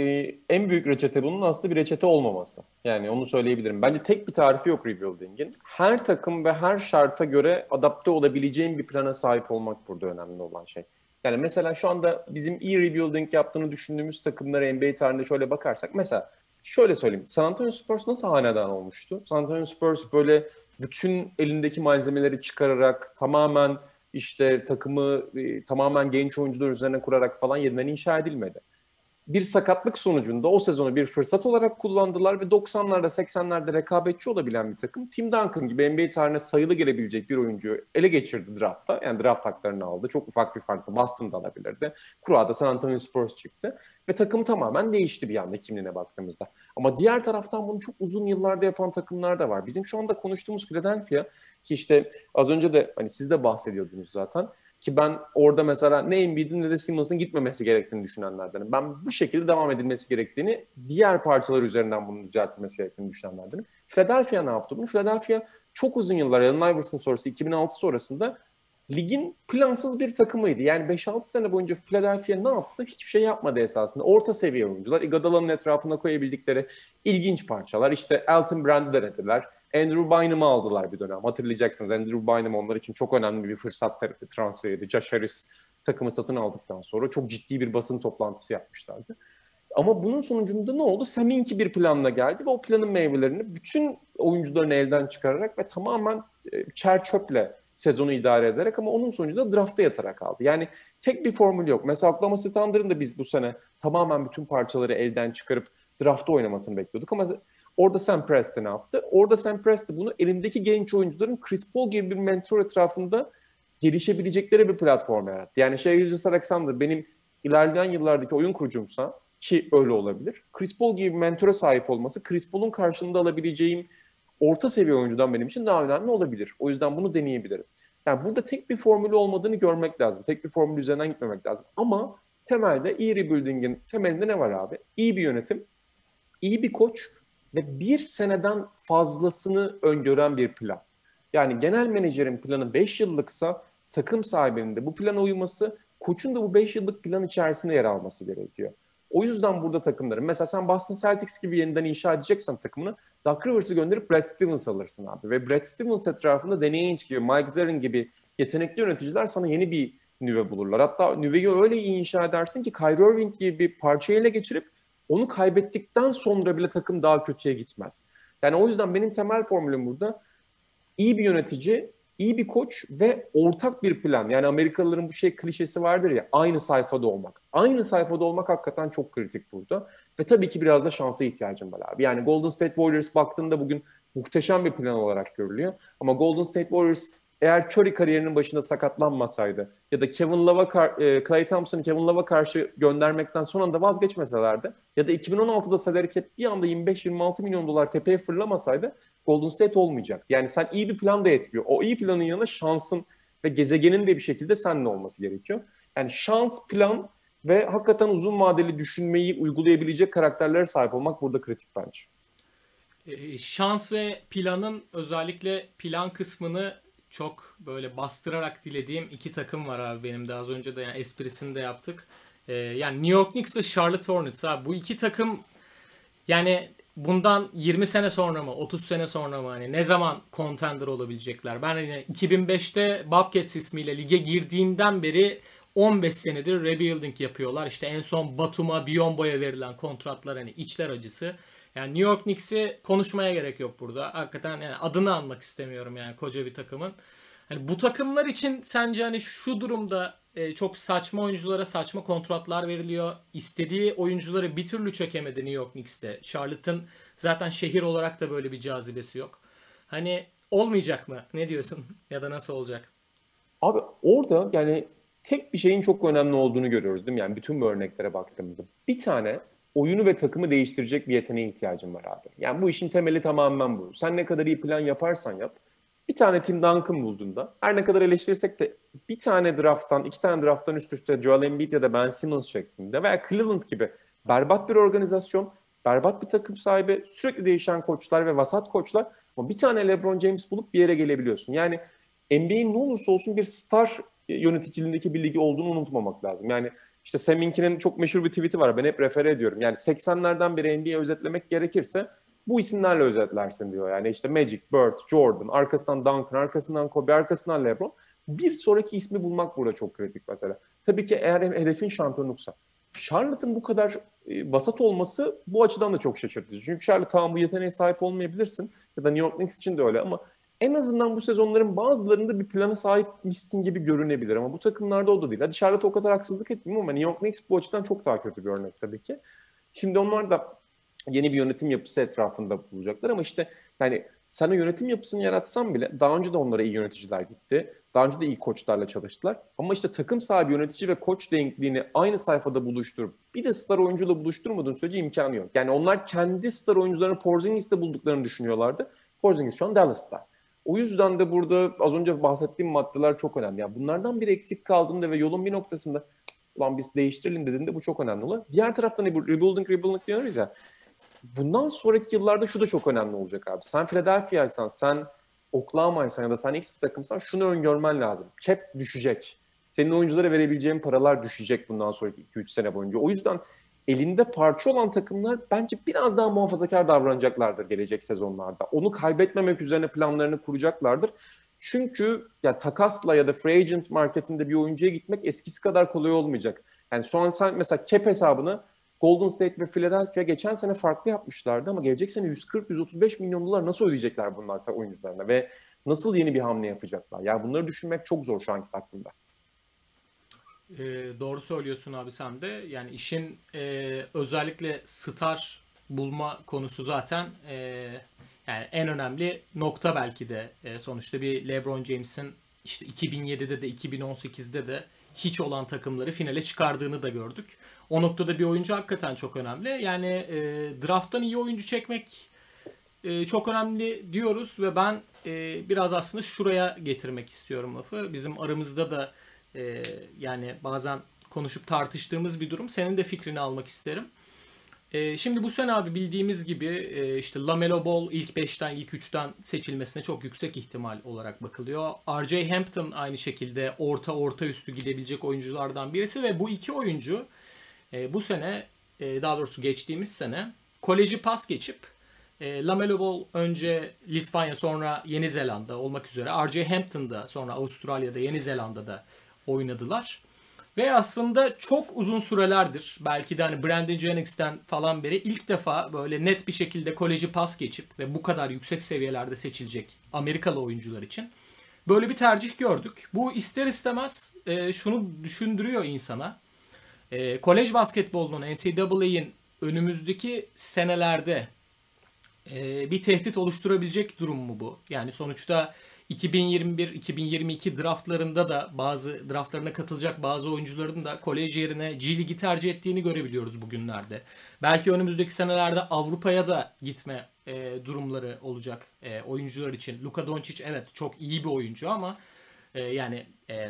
en büyük reçete bunun aslında bir reçete olmaması. Yani onu söyleyebilirim. Bence tek bir tarifi yok rebuilding'in. Her takım ve her şarta göre adapte olabileceğin bir plana sahip olmak burada önemli olan şey. Yani mesela şu anda bizim iyi rebuilding yaptığını düşündüğümüz takımlara NBA tarihinde şöyle bakarsak. Mesela şöyle söyleyeyim. San Antonio Spurs nasıl hanedan olmuştu? San Antonio Spurs böyle bütün elindeki malzemeleri çıkararak tamamen işte takımı tamamen genç oyuncular üzerine kurarak falan yeniden inşa edilmedi. Bir sakatlık sonucunda o sezonu bir fırsat olarak kullandılar ve 90'larda 80'lerde rekabetçi olabilen bir takım Tim Duncan gibi NBA tarihine sayılı gelebilecek bir oyuncuyu ele geçirdi draftta. Yani draft haklarını aldı. Çok ufak bir farklı Boston'da alabilirdi. Kura'da San Antonio Spurs çıktı. Ve takım tamamen değişti bir anda kimliğine baktığımızda. Ama diğer taraftan bunu çok uzun yıllarda yapan takımlar da var. Bizim şu anda konuştuğumuz Philadelphia ki işte az önce de hani siz de bahsediyordunuz zaten. Ki ben orada mesela ne Embiid'in ne de Simmons'ın gitmemesi gerektiğini düşünenlerdenim. Ben bu şekilde devam edilmesi gerektiğini, diğer parçalar üzerinden bunun düzeltilmesi gerektiğini düşünenlerdenim. Philadelphia ne yaptı bunu? Philadelphia çok uzun yıllar, Allen Iverson sonrası, 2006 sonrasında ligin plansız bir takımıydı. Yani 5-6 sene boyunca Philadelphia ne yaptı? Hiçbir şey yapmadı esasında. Orta seviye oyuncular, Iguodala'nın etrafına koyabildikleri ilginç parçalar. İşte Elton Brand'ı denediler. Andrew Bynum'u aldılar bir dönem. Hatırlayacaksınız. Andrew Bynum onlar için çok önemli bir fırsat transferiydi. Josh Harris takımı satın aldıktan sonra çok ciddi bir basın toplantısı yapmışlardı. Ama bunun sonucunda ne oldu? Sam Hinkie bir planla geldi ve o planın meyvelerini bütün oyuncuların elden çıkararak ve tamamen çer çöple sezonu idare ederek ama onun sonucunda drafta yatarak aldı. Yani tek bir formül yok. Mesela Oklahoma City Thunder'ın da biz bu sene tamamen bütün parçaları elden çıkarıp drafta oynamasını bekliyorduk ama orada Sam Presti ne yaptı? Orada Sam Presti bunu elindeki genç oyuncuların Chris Paul gibi bir mentor etrafında gelişebilecekleri bir platform yarattı. Yani Shai Gilgeous-Alexander benim ilerleyen yıllardaki oyun kurucumsa ki öyle olabilir. Chris Paul gibi bir mentora sahip olması Chris Paul'un karşılığında alabileceğim orta seviye oyuncudan benim için daha önemli olabilir. O yüzden bunu deneyebilirim. Yani burada tek bir formülü olmadığını görmek lazım. Tek bir formül üzerinden gitmemek lazım. Ama temelde iyi rebuilding'in temelinde ne var abi? İyi bir yönetim, iyi bir koç ve bir seneden fazlasını öngören bir plan. Yani genel menajerin planı 5 yıllıksa takım sahibinin de bu plana uyması, koçun da bu 5 yıllık plan içerisinde yer alması gerekiyor. O yüzden burada takımların, mesela sen Boston Celtics gibi yeniden inşa edeceksen takımını, Doc Rivers'ı gönderip Brad Stevens alırsın abi. Ve Brad Stevens etrafında Danny Ainge gibi, Mike Zerrin gibi yetenekli yöneticiler sana yeni bir nüve bulurlar. Hatta nüveyi öyle iyi inşa edersin ki Kyrie Irving gibi bir parçayı ele geçirip onu kaybettikten sonra bile takım daha kötüye gitmez. Yani o yüzden benim temel formülüm burada iyi bir yönetici, iyi bir koç ve ortak bir plan. Yani Amerikalıların bu klişesi vardır ya, aynı sayfada olmak. Aynı sayfada olmak hakikaten çok kritik burada. Ve tabii ki biraz da şansa ihtiyacım var abi. Yani Golden State Warriors baktığında bugün muhteşem bir plan olarak görülüyor. Ama Golden State Warriors eğer Curry kariyerinin başında sakatlanmasaydı ya da Klay Thompson'ı Kevin Love'a karşı göndermekten son anda vazgeçmeselerdi ya da 2016'da salary cap bir anda 25-26 milyon dolar tepeye fırlamasaydı Golden State olmayacak. Yani sen iyi bir plan da yetmiyor. O iyi planın yanında şansın ve gezegenin de bir şekilde seninle olması gerekiyor. Yani şans, plan ve hakikaten uzun vadeli düşünmeyi uygulayabilecek karakterlere sahip olmak burada kritik bence. Şans ve planın, özellikle plan kısmını çok böyle bastırarak dilediğim iki takım var abi benim de, az önce de yani esprisini de yaptık. Yani New York Knicks ve Charlotte Hornets abi, bu iki takım yani bundan 20 sene sonra mı 30 sene sonra mı, hani ne zaman contender olabilecekler? Ben hani 2005'te Bobcats ismiyle lige girdiğinden beri 15 senedir rebuilding yapıyorlar. İşte en son Batum'a, Biyombo'ya verilen kontratlar hani içler acısı. Yani New York Knicks'i konuşmaya gerek yok burada. Hakikaten yani adını anmak istemiyorum yani koca bir takımın. Hani bu takımlar için sence hani şu durumda çok saçma oyunculara saçma kontratlar veriliyor. İstediği oyuncuları bir türlü çekemedi New York Knicks'te. Charlotte'ın zaten şehir olarak da böyle bir cazibesi yok. Hani olmayacak mı? Ne diyorsun? Ya da nasıl olacak? Abi orada yani tek bir şeyin çok önemli olduğunu görüyoruz değil mi? Yani bütün bu örneklere baktığımızda. Bir tane oyunu ve takımı değiştirecek bir yeteneğe ihtiyacın var abi. Yani bu işin temeli tamamen bu. Sen ne kadar iyi plan yaparsan yap. Bir tane Tim Duncan bulduğunda, her ne kadar eleştirsek de bir tane drafttan, iki tane drafttan üst üste Joel Embiid ya da Ben Simmons şeklinde veya Cleveland gibi berbat bir organizasyon, berbat bir takım sahibi, sürekli değişen koçlar ve vasat koçlar, ama bir tane LeBron James bulup bir yere gelebiliyorsun. Yani NBA'in ne olursa olsun bir star yöneticiliğindeki bir ligi olduğunu unutmamak lazım. Yani işte Sam Hinki'nin çok meşhur bir tweet'i var. Ben hep refere ediyorum. Yani 80'lerden beri NBA'yi özetlemek gerekirse bu isimlerle özetlersin diyor. Yani işte Magic, Bird, Jordan, arkasından Duncan, arkasından Kobe, arkasından LeBron. Bir sonraki ismi bulmak burada çok kritik mesela. Tabii ki eğer hedefin şampiyonluksa. Charlotte'ın bu kadar vasat olması bu açıdan da çok şaşırtıcı. Çünkü Charlotte tamam bu yeteneğe sahip olmayabilirsin. Ya da New York Knicks için de öyle ama en azından bu sezonların bazılarında bir plana sahipmişsin gibi görünebilir. Ama bu takımlarda o da değil. Hadi Charlotte o kadar haksızlık etmiyorum ama New York Knicks bu açıdan çok daha kötü bir örnek tabii ki. Şimdi onlar da yeni bir yönetim yapısı etrafında bulacaklar ama işte yani sen o yönetim yapısını yaratsan bile daha önce de onlara iyi yöneticiler gitti. Daha önce de iyi koçlarla çalıştılar. Ama işte takım sahibi, yönetici ve koç denkliğini aynı sayfada buluşturup bir de star oyuncuyla buluşturmadığın sürece imkanı yok. Yani onlar kendi star oyuncularını Porzingis'te bulduklarını düşünüyorlardı. Porzingis şu an Dallas'ta. O yüzden de burada az önce bahsettiğim maddeler çok önemli. Yani bunlardan biri eksik kaldığında ve yolun bir noktasında ulan biz değiştirelim dediğinde bu çok önemli olur. Diğer taraftan rebuilding diyoruz ya. Bundan sonraki yıllarda şu da çok önemli olacak abi. Sen Philadelphia'ysan, sen Oklahoma'ysan ya da sen X bir takımsan şunu öngörmen lazım. Cap düşecek. Senin oyunculara verebileceğin paralar düşecek bundan sonraki 2-3 sene boyunca. O yüzden elinde parça olan takımlar bence biraz daha muhafazakar davranacaklardır gelecek sezonlarda. Onu kaybetmemek üzerine planlarını kuracaklardır. Çünkü ya takasla ya da free agent marketinde bir oyuncuya gitmek eskisi kadar kolay olmayacak. Yani şu an sen mesela cap hesabını Golden State ve Philadelphia geçen sene farklı yapmışlardı ama gelecek sene 140-135 milyon dolar nasıl ödeyecekler bunlar oyuncularına ve nasıl yeni bir hamle yapacaklar? Yani bunları düşünmek çok zor şu anki takvimde. Doğru söylüyorsun abi sen de. Yani işin özellikle star bulma konusu zaten yani en önemli nokta belki de. Sonuçta bir LeBron James'in işte 2007'de de 2018'de de hiç olan takımları finale çıkardığını da gördük. O noktada bir oyuncu hakikaten çok önemli. Yani draft'tan iyi oyuncu çekmek çok önemli diyoruz ve ben biraz aslında şuraya getirmek istiyorum lafı. Bizim aramızda da yani bazen konuşup tartıştığımız bir durum. Senin de fikrini almak isterim. Şimdi bu sene abi bildiğimiz gibi işte LaMelo Ball ilk 5'ten ilk 3'ten seçilmesine çok yüksek ihtimal olarak bakılıyor. R.J. Hampton aynı şekilde orta üstü gidebilecek oyunculardan birisi ve bu iki oyuncu bu sene daha doğrusu geçtiğimiz sene koleji pas geçip LaMelo Ball önce Litvanya sonra Yeni Zelanda olmak üzere R.J. Hampton'da sonra Avustralya'da Yeni Zelanda'da oynadılar. Ve aslında çok uzun sürelerdir belki de hani Brandon Jennings'ten falan beri ilk defa böyle net bir şekilde koleji pas geçip ve bu kadar yüksek seviyelerde seçilecek Amerikalı oyuncular için böyle bir tercih gördük. Bu ister istemez şunu düşündürüyor insana. Kolej basketbolunun NCAA'in önümüzdeki senelerde bir tehdit oluşturabilecek durum mu bu? Yani sonuçta 2021-2022 draftlarında da bazı draftlarına katılacak bazı oyuncuların da kolej yerine G League'i tercih ettiğini görebiliyoruz bugünlerde. Belki önümüzdeki senelerde Avrupa'ya da gitme durumları olacak oyuncular için. Luka Doncic evet çok iyi bir oyuncu ama yani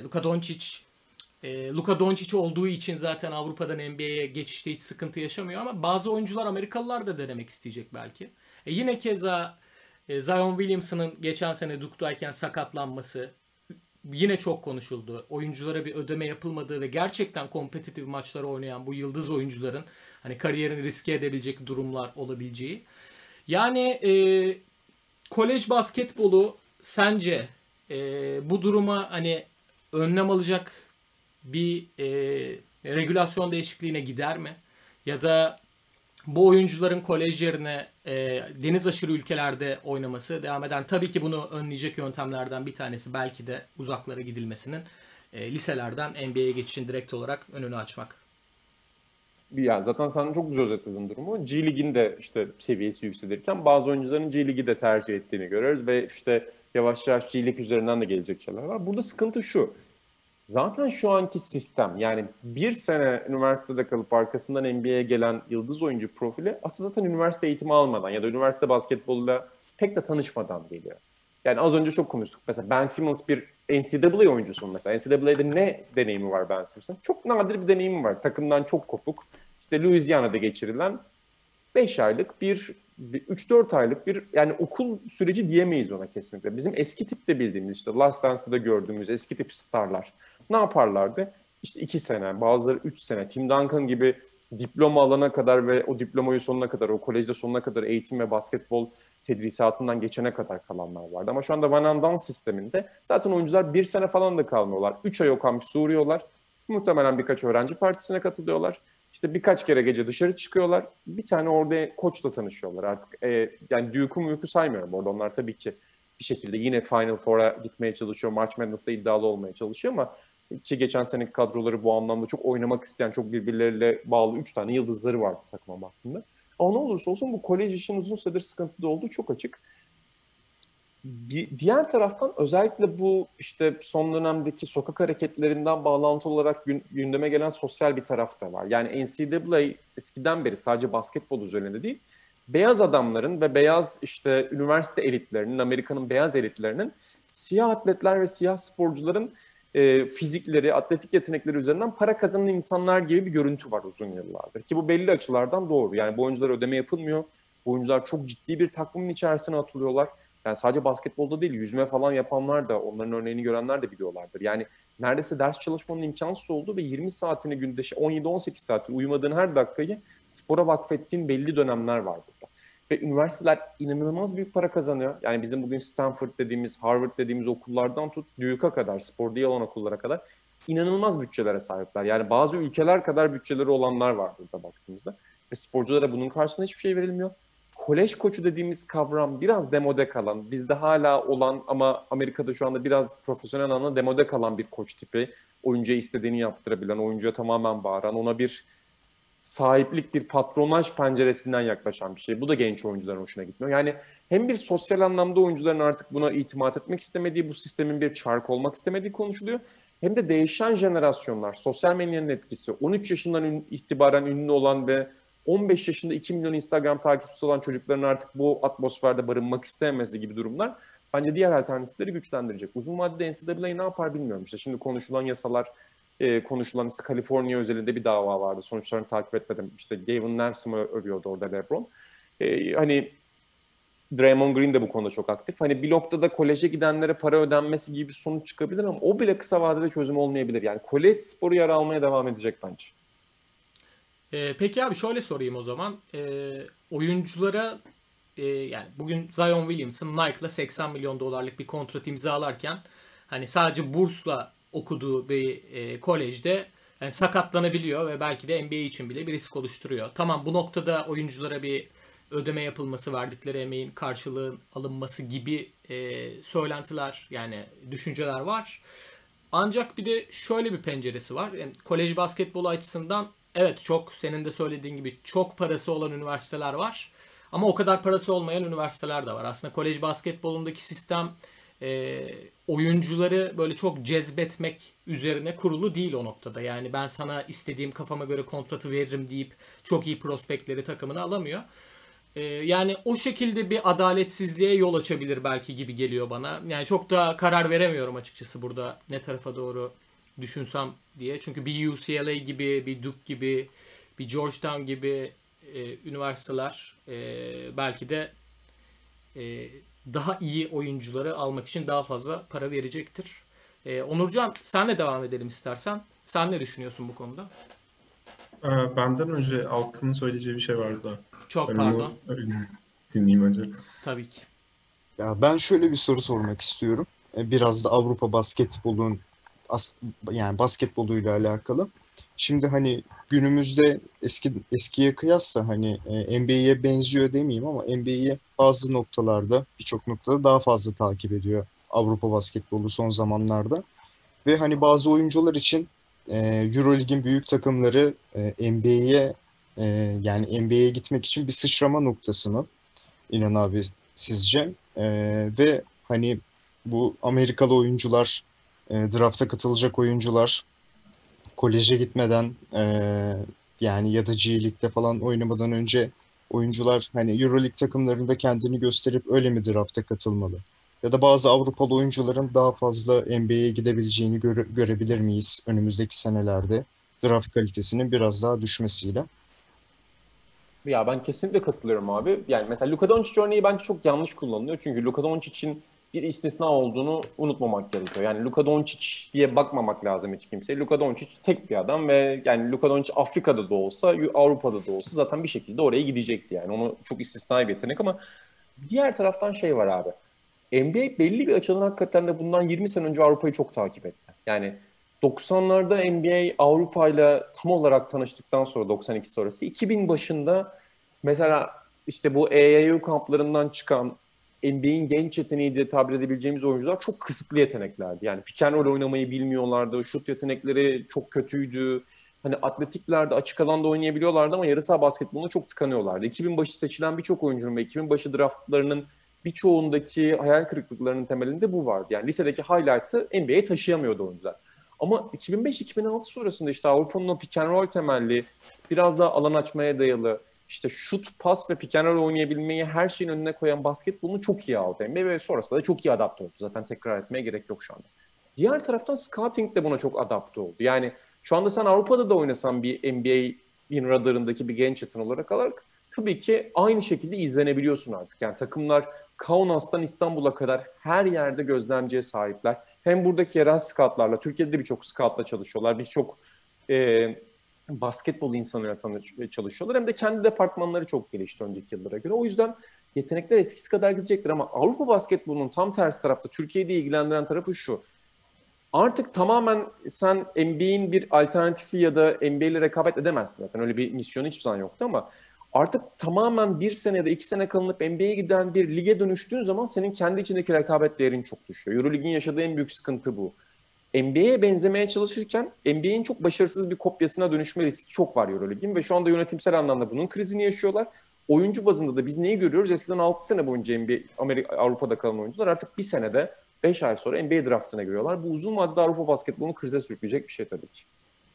Luka Doncic olduğu için zaten Avrupa'dan NBA'ye geçişte hiç sıkıntı yaşamıyor ama bazı oyuncular Amerikalılar da denemek isteyecek belki. Yine keza Zion Williamson'ın geçen sene Duke'dayken sakatlanması yine çok konuşuldu. Oyunculara bir ödeme yapılmadığı ve gerçekten kompetitif maçları oynayan bu yıldız oyuncuların hani kariyerini riske edebilecek durumlar olabileceği. Yani kolej basketbolu sence bu duruma hani önlem alacak bir regülasyon değişikliğine gider mi? Ya da bu oyuncuların kolej yerine deniz aşırı ülkelerde oynaması devam eden, tabii ki bunu önleyecek yöntemlerden bir tanesi belki de uzaklara gidilmesinin liselerden NBA'ye geçişin direkt olarak önünü açmak. Ya zaten sen çok güzel özetledin durumu. G Lig'in de işte seviyesi yükselirken bazı oyuncuların G Lig'i de tercih ettiğini görüyoruz ve işte yavaş yavaş G Lig üzerinden de gelecek şeyler var. Burada sıkıntı şu. Zaten şu anki sistem, yani bir sene üniversitede kalıp arkasından NBA'ye gelen yıldız oyuncu profili aslında zaten üniversite eğitimi almadan ya da üniversite basketboluyla pek de tanışmadan geliyor. Yani az önce çok konuştuk. Mesela Ben Simmons bir NCAA oyuncusu mesela. NCAA'de ne deneyimi var Ben Simmons'ın? Çok nadir bir deneyimi var. Takımdan çok kopuk. İşte Louisiana'da geçirilen 5 aylık 3-4 aylık bir yani okul süreci diyemeyiz ona kesinlikle. Bizim eski tipte bildiğimiz işte Last Dance'da da gördüğümüz eski tip starlar ne yaparlardı? İşte 2 sene, bazıları 3 sene. Tim Duncan gibi diploma alana kadar ve o diplomayı sonuna kadar, o kolejde sonuna kadar eğitim ve basketbol tedrisatından geçene kadar kalanlar vardı. Ama şu anda one and done sisteminde zaten oyuncular 1 sene falan da kalmıyorlar. 3 ay o kampüse uğruyorlar. Muhtemelen birkaç öğrenci partisine katılıyorlar. İşte birkaç kere gece dışarı çıkıyorlar. Bir tane orada koçla tanışıyorlar artık. Yani Duke'u saymıyorum orada. Onlar tabii ki bir şekilde yine Final Four'a gitmeye çalışıyor. March Madness'ta iddialı olmaya çalışıyor ama ki geçen seneki kadroları bu anlamda çok oynamak isteyen, çok birbirleriyle bağlı 3 tane yıldızları vardı takıma baktığında. Ama ne olursa olsun bu kolej işin uzun süredir sıkıntıda olduğu çok açık. Diğer taraftan özellikle bu işte son dönemdeki sokak hareketlerinden bağlantılı olarak gündeme gelen sosyal bir taraf da var. Yani NCAA eskiden beri sadece basketbol üzerinde değil, beyaz adamların ve beyaz işte üniversite elitlerinin, Amerika'nın beyaz elitlerinin siyah atletler ve siyah sporcuların fizikleri, atletik yetenekleri üzerinden para kazanan insanlar gibi bir görüntü var uzun yıllardır. Ki bu belli açılardan doğru. Yani bu oyunculara ödeme yapılmıyor. Bu oyuncular çok ciddi bir takvimin içerisine atılıyorlar. Yani sadece basketbolda değil, yüzme falan yapanlar da, onların örneğini görenler de biliyorlardır. Yani neredeyse ders çalışmanın imkansız olduğu ve 20 saatini günde 17-18 saat uyumadığın her dakikayı spora vakfettiğin belli dönemler var burada. Ve üniversiteler inanılmaz büyük para kazanıyor. Yani bizim bugün Stanford dediğimiz, Harvard dediğimiz okullardan tut, Duke'a kadar, spor değil olan okullara kadar inanılmaz bütçelere sahipler. Yani bazı ülkeler kadar bütçeleri olanlar var burada baktığımızda. Ve sporculara bunun karşılığında hiçbir şey verilmiyor. Kolej koçu dediğimiz kavram biraz demode kalan, bizde hala olan ama Amerika'da şu anda biraz profesyonel anlamda demode kalan bir koç tipi. Oyuncuya istediğini yaptırabilen, oyuncuya tamamen bağıran, ona bir sahiplik, bir patronaj penceresinden yaklaşan bir şey. Bu da genç oyuncuların hoşuna gitmiyor. Yani hem bir sosyal anlamda oyuncuların artık buna itimat etmek istemediği, bu sistemin bir çark olmak istemediği konuşuluyor. Hem de değişen jenerasyonlar, sosyal medyanın etkisi, 13 yaşından itibaren ünlü olan ve 15 yaşında 2 milyon Instagram takipçisi olan çocukların artık bu atmosferde barınmak istememesi gibi durumlar bence diğer alternatifleri güçlendirecek. Uzun vadede NCAA ne yapar bilmiyorum. İşte şimdi konuşulan yasalar, konuşulan işte Kaliforniya özelinde bir dava vardı. Sonuçlarını takip etmedim. İşte Gavin Newsom'ı övüyordu orada LeBron. Hani Draymond Green de bu konuda çok aktif. Hani bir noktada koleje gidenlere para ödenmesi gibi bir sonuç çıkabilir ama o bile kısa vadede çözüm olmayabilir. Yani kolej sporu yer almaya devam edecek bence. Peki abi şöyle sorayım o zaman. Oyunculara yani bugün Zion Williamson Nike'la 80 milyon dolarlık bir kontrat imzalarken hani sadece bursla okuduğu bir kolejde yani sakatlanabiliyor ve belki de NBA için bile bir risk oluşturuyor. Tamam, bu noktada oyunculara bir ödeme yapılması, verdikleri emeğin karşılığı alınması gibi söylentiler, yani düşünceler var. Ancak bir de şöyle bir penceresi var. Yani kolej basketbolu açısından evet, çok senin de söylediğin gibi çok parası olan üniversiteler var. Ama o kadar parası olmayan üniversiteler de var. Aslında kolej basketbolundaki sistem oyuncuları böyle çok cezbetmek üzerine kurulu değil o noktada. Yani ben sana istediğim, kafama göre kontratı veririm deyip çok iyi prospektleri takımına alamıyor. Yani o şekilde bir adaletsizliğe yol açabilir belki gibi geliyor bana. Yani çok da karar veremiyorum açıkçası burada ne tarafa doğru düşünsem diye. Çünkü bir UCLA gibi, bir Duke gibi, bir Georgetown gibi üniversiteler belki de daha iyi oyuncuları almak için daha fazla para verecektir. Onurcan, senle devam edelim istersen. Sen ne düşünüyorsun bu konuda? Benden önce Alkım'ın söyleyeceği bir şey vardı da. Çok Ben pardon. onu dinleyeyim önce. Tabii ki. Ya ben şöyle bir soru sormak istiyorum. Biraz da Avrupa basketbolun yani basketboluyla alakalı. Şimdi hani günümüzde eskiye kıyasla hani NBA'ye benziyor demeyeyim ama NBA'yi bazı noktalarda, birçok noktada daha fazla takip ediyor Avrupa basketbolu son zamanlarda. Ve hani bazı oyuncular için Euroleague'in büyük takımları NBA'ye yani NBA'ye gitmek için bir sıçrama noktası mı? İnan abi sizce? Ve hani bu Amerikalı oyuncular, drafta katılacak oyuncular koleje gitmeden yani ya da G League'de falan oynamadan önce oyuncular hani Euroleague takımlarında kendini gösterip öyle mi drafta katılmalı? Ya da bazı Avrupalı oyuncuların daha fazla NBA'ye gidebileceğini görebilir miyiz önümüzdeki senelerde draft kalitesinin biraz daha düşmesiyle? Ya ben kesinlikle katılıyorum abi. Yani mesela Luka Doncic örneği bence çok yanlış kullanılıyor. Çünkü Luka Doncic'in bir istisna olduğunu unutmamak gerekiyor. Yani Luka Doncic diye bakmamak lazım hiç kimseye. Luka Doncic tek bir adam ve yani Luka Doncic Afrika'da da olsa, Avrupa'da da olsa zaten bir şekilde oraya gidecekti yani. Onu çok istisnai bir yetenek ama diğer taraftan şey var abi. NBA belli bir açıdan hakikaten de bundan 20 sene önce Avrupa'yı çok takip etti. Yani 90'larda NBA Avrupa'yla tam olarak tanıştıktan sonra 92 sonrası 2000 başında mesela işte bu EAU kamplarından çıkan NBA'in genç yeteneği diye tabir edebileceğimiz oyuncular çok kısıtlı yeteneklerdi. Yani pick and roll oynamayı bilmiyorlardı. Şut yetenekleri çok kötüydü. Hani atletiklerde açık alanda oynayabiliyorlardı ama yarı saha basketboluna çok tıkanıyorlardı. 2000 başı seçilen birçok oyuncunun ve 2000 başı draftlarının birçoğundaki hayal kırıklıklarının temelinde bu vardı. Yani lisedeki highlights'ı NBA'ye taşıyamıyordu oyuncular. Ama 2005-2006 sonrasında işte Avrupa'nın o pick and roll temelli, biraz daha alan açmaya dayalı, işte şut, pas ve pick and roll oynayabilmeyi her şeyin önüne koyan basketbolunu çok iyi aldı NBA ve sonrasında da çok iyi adapte oldu. Zaten tekrar etmeye gerek yok şu anda. Diğer taraftan scouting de buna çok adapte oldu. Yani şu anda sen Avrupa'da da oynasan bir NBA'in radarındaki bir genç yetenek olarak tabii ki aynı şekilde izlenebiliyorsun artık. Yani takımlar Kaunas'tan İstanbul'a kadar her yerde gözlemciye sahipler. Hem buradaki yerel scoutlarla, Türkiye'de de birçok scoutla çalışıyorlar. Birçok basketbol insanıyla çalışıyorlar. Hem de kendi departmanları çok gelişti önceki yıllara göre. O yüzden yetenekler eskisi kadar gidecektir ama Avrupa basketbolunun tam tersi tarafta Türkiye'de ilgilendiren tarafı şu. Artık tamamen sen NBA'in bir alternatifi ya da NBA ile rekabet edemezsin zaten. Öyle bir misyonu hiçbir zaman yoktu ama artık tamamen bir sene ya da 2 sene kalınıp NBA'ye giden bir lige dönüştüğün zaman senin kendi içindeki rekabet değerin çok düşüyor. Euroleague'in yaşadığı en büyük sıkıntı bu. NBA'ye benzemeye çalışırken NBA'in çok başarısız bir kopyasına dönüşme riski çok var Euroleague'in ve şu anda yönetimsel anlamda bunun krizini yaşıyorlar. Oyuncu bazında da biz neyi görüyoruz? Eskiden 6 sene boyunca NBA, Avrupa'da kalan oyuncular artık bir senede 5 ay sonra NBA draftına giriyorlar. Bu uzun vadede Avrupa basketbolunu krize sürükleyecek bir şey tabii ki.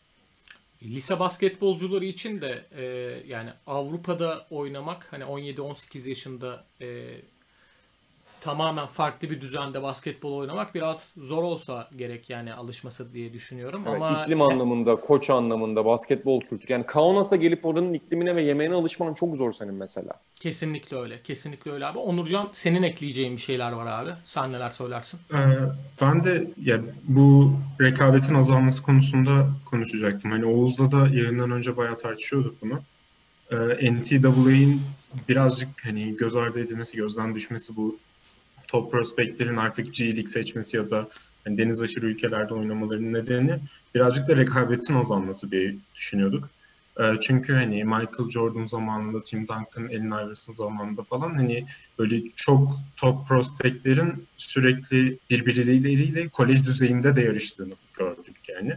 Lise basketbolcuları için de yani Avrupa'da oynamak hani 17-18 yaşında tamamen farklı bir düzende basketbol oynamak biraz zor olsa gerek yani alışması diye düşünüyorum. Evet, ama iklim anlamında, koç anlamında, basketbol kültürü. Yani Kaunas'a gelip oranın iklimine ve yemeğine alışman çok zor senin mesela. Kesinlikle öyle. Kesinlikle öyle abi. Onurcan, senin ekleyeceğin bir şeyler var abi. Sen neler söylersin? Ben de ya bu rekabetin azalması konusunda konuşacaktım. Hani Oğuz'la da yayından önce bayağı tartışıyorduk bunu. NCAA'in birazcık hani göz ardı edilmesi, gözden düşmesi, bu top prospektlerin artık G League seçmesi ya da hani deniz aşırı ülkelerde oynamalarının nedeni birazcık da rekabetin azalması diye düşünüyorduk. Çünkü hani Michael Jordan zamanında, Tim Duncan, Allen Iverson zamanında falan hani böyle çok top prospektlerin sürekli birbirleriyle kolej düzeyinde de yarıştığını gördük yani.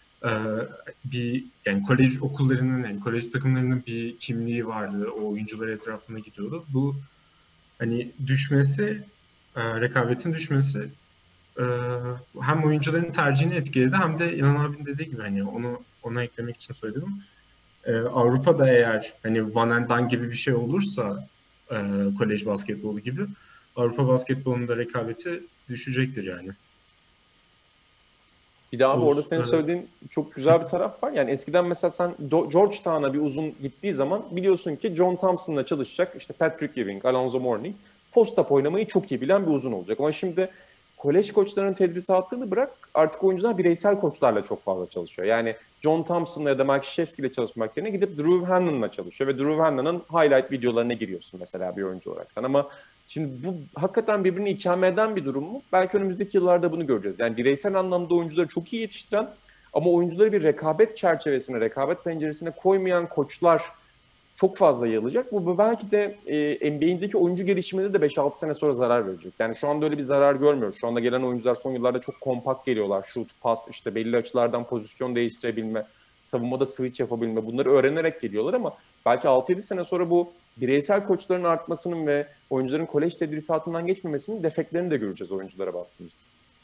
Yani kolej okullarının, yani kolej takımlarının bir kimliği vardı. O oyuncular etrafına gidiyordu. Bu hani düşmesi, rekabetin düşmesi hem oyuncuların tercihini etkiledi hem de İnan abinin dediği gibi hani ona eklemek için söyledim. Avrupa'da eğer hani Van and Done gibi bir şey olursa kolej basketbolu gibi. Avrupa basketbolunun da rekabeti düşecektir yani. Bir daha abi orada senin Evet. söylediğin çok güzel bir taraf var. Yani eskiden mesela sen Georgetown'a bir uzun gittiği zaman biliyorsun ki John Thompson'la çalışacak. İşte Patrick Ewing, Alonzo Mourning post-up oynamayı çok iyi bilen bir uzun olacak. Ama şimdi kolej koçlarının tedrisatını bırak, artık oyuncular bireysel koçlarla çok fazla çalışıyor. Yani John Thompson'la ya da Mike Krzyzewski ile çalışmak yerine gidip Drew Hannon'la çalışıyor ve Drew Hannon'ın highlight videolarına giriyorsun mesela bir oyuncu olarak sen. Ama şimdi bu hakikaten birbirini ikame eden bir durum mu? Belki önümüzdeki yıllarda bunu göreceğiz. Yani bireysel anlamda oyuncuları çok iyi yetiştiren ama oyuncuları bir rekabet çerçevesine, rekabet penceresine koymayan koçlar çok fazla yayılacak. Bu belki de NBA'deki oyuncu gelişimine de 5-6 sene sonra zarar verecek. Yani şu anda öyle bir zarar görmüyoruz. Şu anda gelen oyuncular son yıllarda çok kompakt geliyorlar. Şut, pas, işte belli açılardan pozisyon değiştirebilme, savunmada switch yapabilme, bunları öğrenerek geliyorlar ama belki 6-7 sene sonra bu bireysel koçların artmasının ve oyuncuların kolej tedrisatından geçmemesinin defektlerini de göreceğiz oyunculara baktığımızda.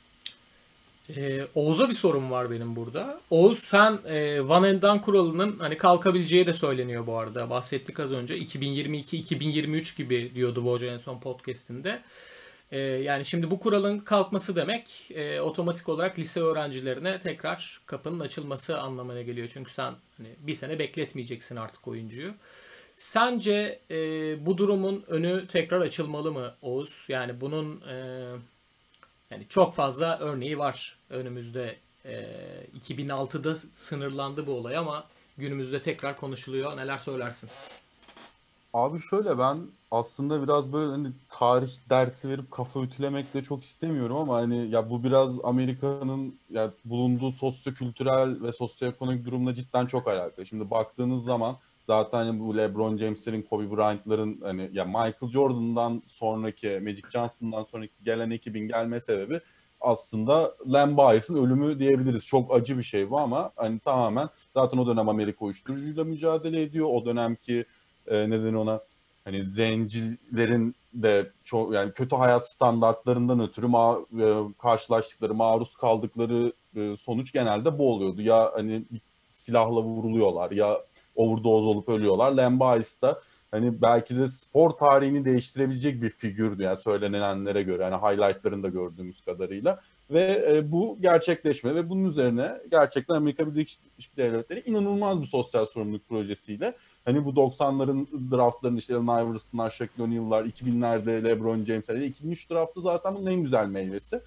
Oğuz'a bir sorum var benim burada. Oğuz, sen One and Done kuralının hani kalkabileceği de söyleniyor bu arada. Bahsettik az önce. 2022-2023 gibi diyordu Woj en son podcast'inde. Yani şimdi bu kuralın kalkması demek otomatik olarak lise öğrencilerine tekrar kapının açılması anlamına geliyor. Çünkü sen hani bir sene bekletmeyeceksin artık oyuncuyu. Sence bu durumun önü tekrar açılmalı mı Oğuz? Yani bunun yani çok fazla örneği var önümüzde. 2006'da sınırlandı bu olay ama günümüzde tekrar konuşuluyor. Neler söylersin? Abi şöyle, ben aslında biraz böyle hani tarih dersi verip kafa ütülemek de çok istemiyorum ama hani ya bu biraz Amerika'nın ya bulunduğu sosyokültürel ve sosyoekonomik durumla cidden çok alakalı. Şimdi baktığınız zaman zaten hani bu LeBron James'lerin, Kobe Bryant'ların, hani ya Michael Jordan'dan sonraki, Magic Johnson'dan sonraki gelen ekibin gelme sebebi aslında Len Bias'ın ölümü diyebiliriz. Çok acı bir şey bu ama hani tamamen zaten o dönem Amerika uyuşturucuyla mücadele ediyor. O dönemki neden ona hani zencilerin de çok yani kötü hayat standartlarından ötürü karşılaştıkları, maruz kaldıkları sonuç genelde bu oluyordu. Ya hani silahla vuruluyorlar ya overdose olup ölüyorlar. Len Bias da hani belki de spor tarihini değiştirebilecek bir figürdü yani söylenenlere göre, yani highlightlarında gördüğümüz kadarıyla. Ve bu gerçekleşme ve bunun üzerine gerçekten Amerika Birleşik Devletleri inanılmaz bir sosyal sorumluluk projesiyle hani bu 90'ların draftlarının işte Allen Iverson'lar, Shaquille O'Neal'lar, 2000'lerde LeBron James'ler, 2003 draftı zaten bunun en güzel meyvesi.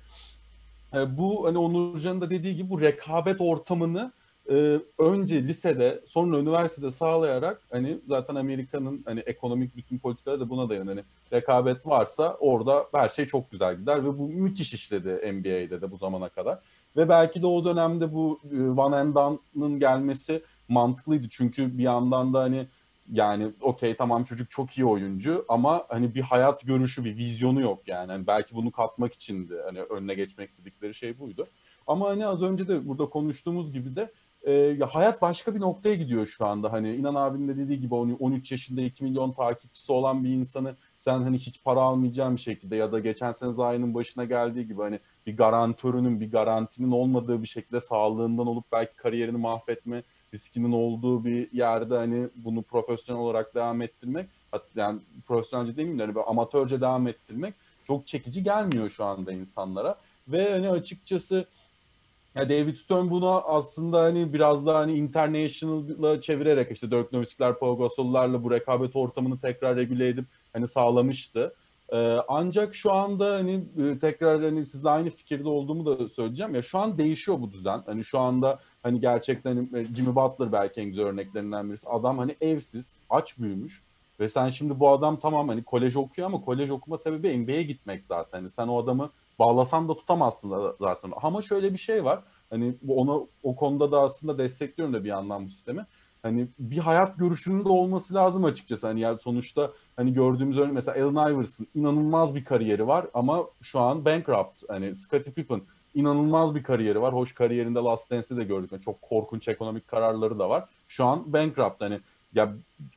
Bu hani Onurcan'ın da dediği gibi bu rekabet ortamını önce lisede sonra üniversitede sağlayarak hani zaten Amerika'nın hani ekonomik bütün politikaları da buna dayanıyor. Hani rekabet varsa orada her şey çok güzel gider ve bu müthiş işledi NBA'de de bu zamana kadar. Ve belki de o dönemde bu One and Done'ın gelmesi mantıklıydı. Çünkü bir yandan da hani yani okey tamam çocuk çok iyi oyuncu ama hani bir hayat görüşü, bir vizyonu yok yani. Hani belki bunu katmak içindi. Hani önüne geçmek istedikleri şey buydu. Ama hani az önce de burada konuştuğumuz gibi de ya hayat başka bir noktaya gidiyor şu anda. Hani İnan abinin de dediği gibi 13 yaşında 2 milyon takipçisi olan bir insanı sen hani hiç para almayacağın bir şekilde ya da geçen sene Zayn'ın başına geldiği gibi hani bir garantörünün, bir garantinin olmadığı bir şekilde sağlığından olup belki kariyerini mahvetme riskinin olduğu bir yerde hani bunu profesyonel olarak devam ettirmek, yani profesyonelce demeyeyim de hani böyle amatörce devam ettirmek çok çekici gelmiyor şu anda insanlara. Ve hani açıkçası ya David Stern buna aslında hani biraz daha hani international'la çevirerek işte Dirk Nowitzki'ler, Pau Gasol'larla bu rekabet ortamını tekrar regüle edip hani sağlamıştı. Ancak şu anda hani tekrar hani sizle aynı fikirde olduğumu da söyleyeceğim. Ya şu an değişiyor bu düzen. Hani şu anda hani gerçekten hani Jimmy Butler belki en güzel örneklerinden birisi. Adam hani evsiz, aç büyümüş. Ve sen şimdi bu adam tamam hani kolej okuyor ama kolej okuma sebebi NBA'ye gitmek zaten. Hani sen o adamı bağlasan da tutamazsın zaten. Ama şöyle bir şey var. Hani ona o konuda da aslında destekliyorum da bir yandan bu sistemi. Hani bir hayat görüşünün de olması lazım açıkçası. Hani yani sonuçta hani gördüğümüz örnek mesela Allen Iverson inanılmaz bir kariyeri var ama şu an bankrupt. Hani Scottie Pippen inanılmaz bir kariyeri var. Hoş kariyerinde Last Dance'de de gördük. Yani çok korkunç ekonomik kararları da var. Şu an bankrupt. Hani ya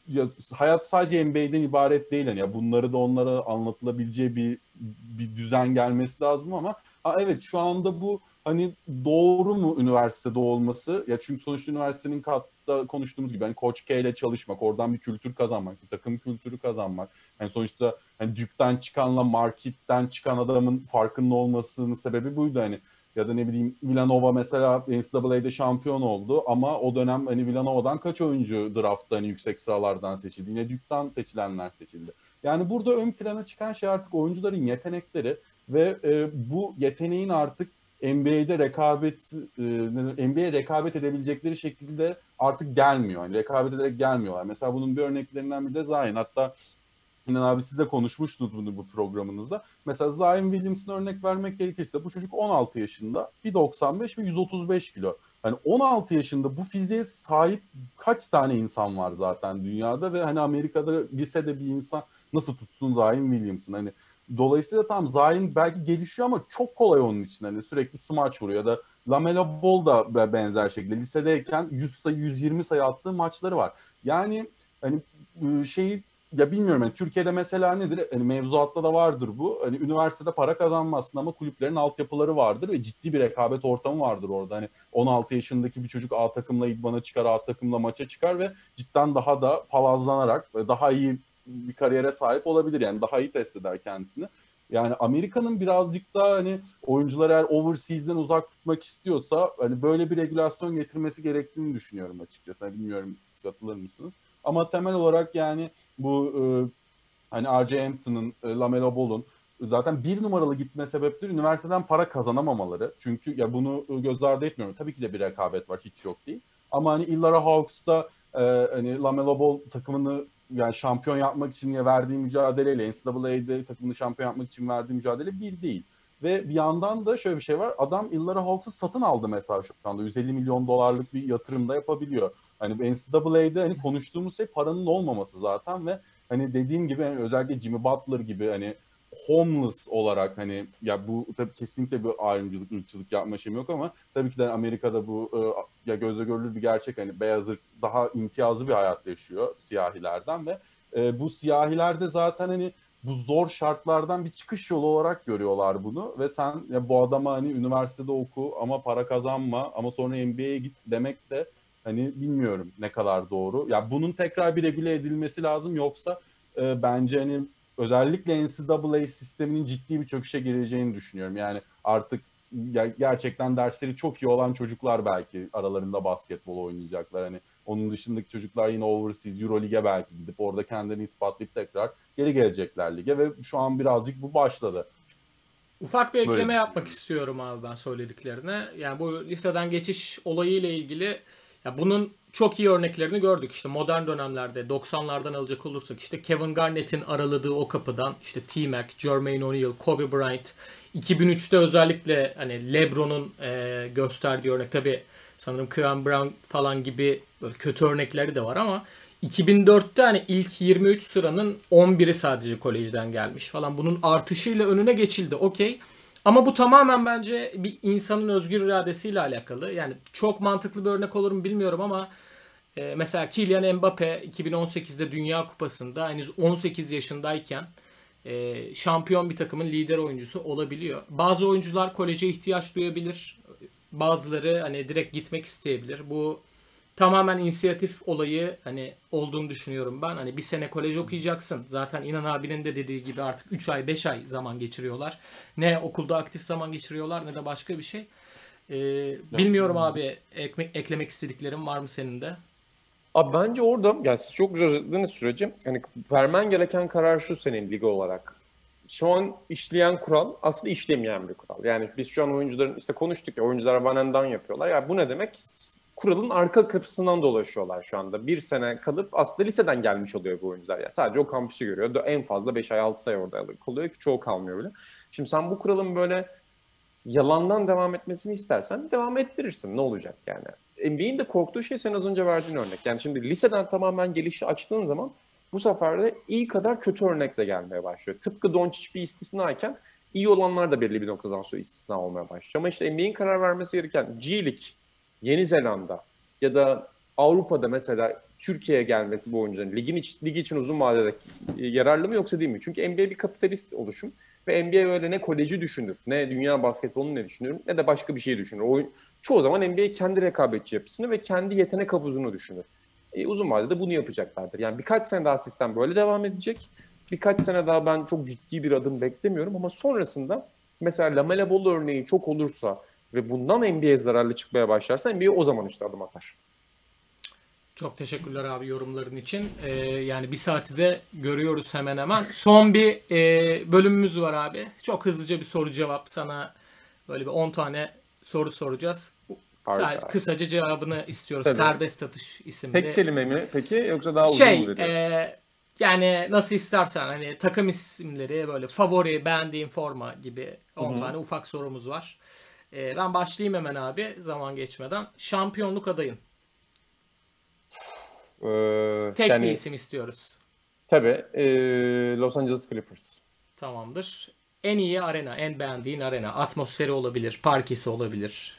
hayat sadece NBA'den ibaret değil. Yani ya bunları da onlara anlatılabileceği bir düzen gelmesi lazım ama evet şu anda bu hani doğru mu üniversitede olması? Ya çünkü sonuçta üniversitenin da konuştuğumuz gibi hani Coach K ile çalışmak, oradan bir kültür kazanmak, bir takım kültürü kazanmak. Yani sonuçta hani Duke'den çıkanla Marquette'den çıkan adamın farkının olmasının sebebi buydu hani. Ya da ne bileyim Villanova mesela NCAA'de şampiyon oldu ama o dönem hani Villanova'dan kaç oyuncu draftta hani yüksek sıralardan seçildi. Yine Duke'dan seçilenler seçildi. Yani burada ön plana çıkan şey artık oyuncuların yetenekleri ve bu yeteneğin artık NBA'de rekabet edebilecekleri şekilde artık gelmiyor. Yani rekabet ederek gelmiyorlar. Mesela bunun bir örneklerinden biri de Zion. Hatta İnan abi siz de konuşmuştunuz bunu bu programınızda. Mesela Zion Williams'ın örnek vermek gerekirse bu çocuk 16 yaşında, 1.95 ve 135 kilo. Hani 16 yaşında bu fiziğe sahip kaç tane insan var zaten dünyada ve hani Amerika'da lisede bir insan nasıl tutsun Zion Williams'ın hani dolayısıyla tam Zion belki gelişiyor ama çok kolay onun için hani sürekli smaç vuruyor ya da Lamelo Ball da benzer şekilde lisedeyken 100 sayı 120 sayı attığı maçları var. Yani hani şeyi ya bilmiyorum yani Türkiye'de mesela nedir? Hani mevzuatta da vardır bu. Hani üniversitede para kazanmazsın ama kulüplerin altyapıları vardır ve ciddi bir rekabet ortamı vardır orada. Hani 16 yaşındaki bir çocuk A takımla idmana çıkar, A takımla maça çıkar ve cidden daha da palazlanarak daha iyi bir kariyere sahip olabilir. Yani daha iyi test eder kendisini. Yani Amerika'nın birazcık daha hani oyuncular eğer overseas'den uzak tutmak istiyorsa hani böyle bir regülasyon getirmesi gerektiğini düşünüyorum açıkçası. Yani bilmiyorum siz katılır mısınız? Ama temel olarak yani bu hani R.J. Hampton'ın, Lamelo Ball'un zaten bir numaralı gitme sebepleri üniversiteden para kazanamamaları. Çünkü ya bunu göz ardı etmiyorum. Tabii ki de bir rekabet var, hiç yok değil. Ama hani Illara Hawks'ta hani Lamelo Ball takımını yani şampiyon yapmak için verdiği mücadeleyle NCAA'de takımını şampiyon yapmak için verdiği mücadele bir değil. Ve bir yandan da şöyle bir şey var. Adam Illara Hawks'ı satın aldı mesela şu anda. 150 milyon dolarlık bir yatırım da yapabiliyor. Hani NCAA'de hani konuştuğumuz şey paranın olmaması zaten ve hani dediğim gibi hani özellikle Jimmy Butler gibi hani homeless olarak hani ya bu tabii kesinlikle bir ayrımcılık, ırkçılık yapma şeyim yok ama tabii ki de Amerika'da bu ya gözle görülür bir gerçek hani beyaz ırk daha imtiyazlı bir hayat yaşıyor siyahilerden ve bu siyahiler de zaten hani bu zor şartlardan bir çıkış yolu olarak görüyorlar bunu ve sen ya bu adama hani üniversitede oku ama para kazanma ama sonra NBA'ye git demek de hani bilmiyorum ne kadar doğru. Ya bunun tekrar bir regüle edilmesi lazım yoksa bence hani özellikle NCAA sisteminin ciddi bir çöküşe gireceğini düşünüyorum. Yani artık gerçekten dersleri çok iyi olan çocuklar belki aralarında basketbol oynayacaklar. Hani onun dışındaki çocuklar yine overseas, Euroleague'e belki gidip orada kendilerini ispatlayıp tekrar geri gelecekler lige ve şu an birazcık bu başladı. Ufak bir ekleme Böyle yapmak istiyorum abi ben söylediklerine. Yani bu liseden geçiş olayı ile ilgili ya bunun çok iyi örneklerini gördük. İşte modern dönemlerde 90'lardan alacak olursak işte Kevin Garnett'in araladığı o kapıdan işte T-Mac, Jermaine O'Neal, Kobe Bryant 2003'te özellikle hani LeBron'un gösterdiği örnek tabii sanırım Kevin Brown falan gibi böyle kötü örnekleri de var ama 2004'te hani ilk 23 sıranın 11'i sadece kolejden gelmiş falan. Bunun artışıyla önüne geçildi. Okey. Ama bu tamamen bence bir insanın özgür iradesiyle alakalı. Yani çok mantıklı bir örnek olur mu bilmiyorum ama mesela Kylian Mbappe 2018'de Dünya Kupası'nda henüz 18 yaşındayken şampiyon bir takımın lider oyuncusu olabiliyor. Bazı oyuncular koleje ihtiyaç duyabilir. Bazıları hani direkt gitmek isteyebilir. Bu tamamen inisiyatif olayı hani olduğunu düşünüyorum ben. Hani bir sene kolej okuyacaksın. Zaten İnan abinin de dediği gibi artık 3 ay 5 ay zaman geçiriyorlar. Ne okulda aktif zaman geçiriyorlar ne de başka bir şey. Bilmiyorum abi eklemek istediklerim var mı senin de? Abi bence orada yani siz çok güzel özetlediğiniz sürece hani vermen gereken karar şu senin lig olarak. Şu an işleyen kural aslında işlemeyen bir kural. Yani biz şu an oyuncuların işte konuştuk ya oyuncular one and done yapıyorlar. Ya bu ne demek? Kuralın arka kapısından dolaşıyorlar şu anda. Bir sene kalıp aslında liseden gelmiş oluyor bu oyuncular. Ya sadece o kampüsü görüyor. En fazla 5 ay 6 ay orada kalıyor ki çoğu kalmıyor bile. Şimdi sen bu kuralın böyle yalandan devam etmesini istersen devam ettirirsin. Ne olacak yani? NBA'in de korktuğu şey sen az önce verdiğin örnek. Yani şimdi liseden tamamen gelişi açtığın zaman bu sefer de iyi kadar kötü örnekle gelmeye başlıyor. Tıpkı Doncic bir istisnayken iyi olanlar da belli bir noktadan sonra istisna olmaya başlıyor. Ama işte NBA'in karar vermesi gereken G League, Yeni Zelanda ya da Avrupa'da mesela Türkiye'ye gelmesi bu oyuncuların lig için uzun vadede yararlı mı yoksa değil mi? Çünkü NBA bir kapitalist oluşum. Ve NBA öyle ne koleji düşünür, ne dünya basketbolunu ne düşünür, ne de başka bir şey düşünür. Çoğu zaman NBA kendi rekabetçi yapısını ve kendi yetenek havuzunu düşünür. Uzun vadede bunu yapacaklardır. Yani birkaç sene daha sistem böyle devam edecek. Birkaç sene daha ben çok ciddi bir adım beklemiyorum ama sonrasında mesela Lamelo Ball örneği çok olursa ve bundan NBA'ye zararlı çıkmaya başlarsa NBA o zaman işte adım atar. Çok teşekkürler abi yorumların için. Yani bir saati de görüyoruz hemen hemen. Son bir bölümümüz var abi. Çok hızlıca bir soru cevap. Sana böyle bir 10 tane soru soracağız. Sadece kısaca cevabını istiyoruz. Tabii. Serbest Atış isimli. Tek kelime mi peki yoksa daha uzun mu dedi? Yani nasıl istersen hani takım isimleri böyle favori beğendiğin forma gibi 10 tane ufak sorumuz var. Ben başlayayım hemen abi zaman geçmeden. Şampiyonluk adayın. Tek bir isim istiyoruz. Tabii. Los Angeles Clippers. Tamamdır. En iyi arena, en beğendiğin arena. Atmosferi olabilir, parkesi olabilir.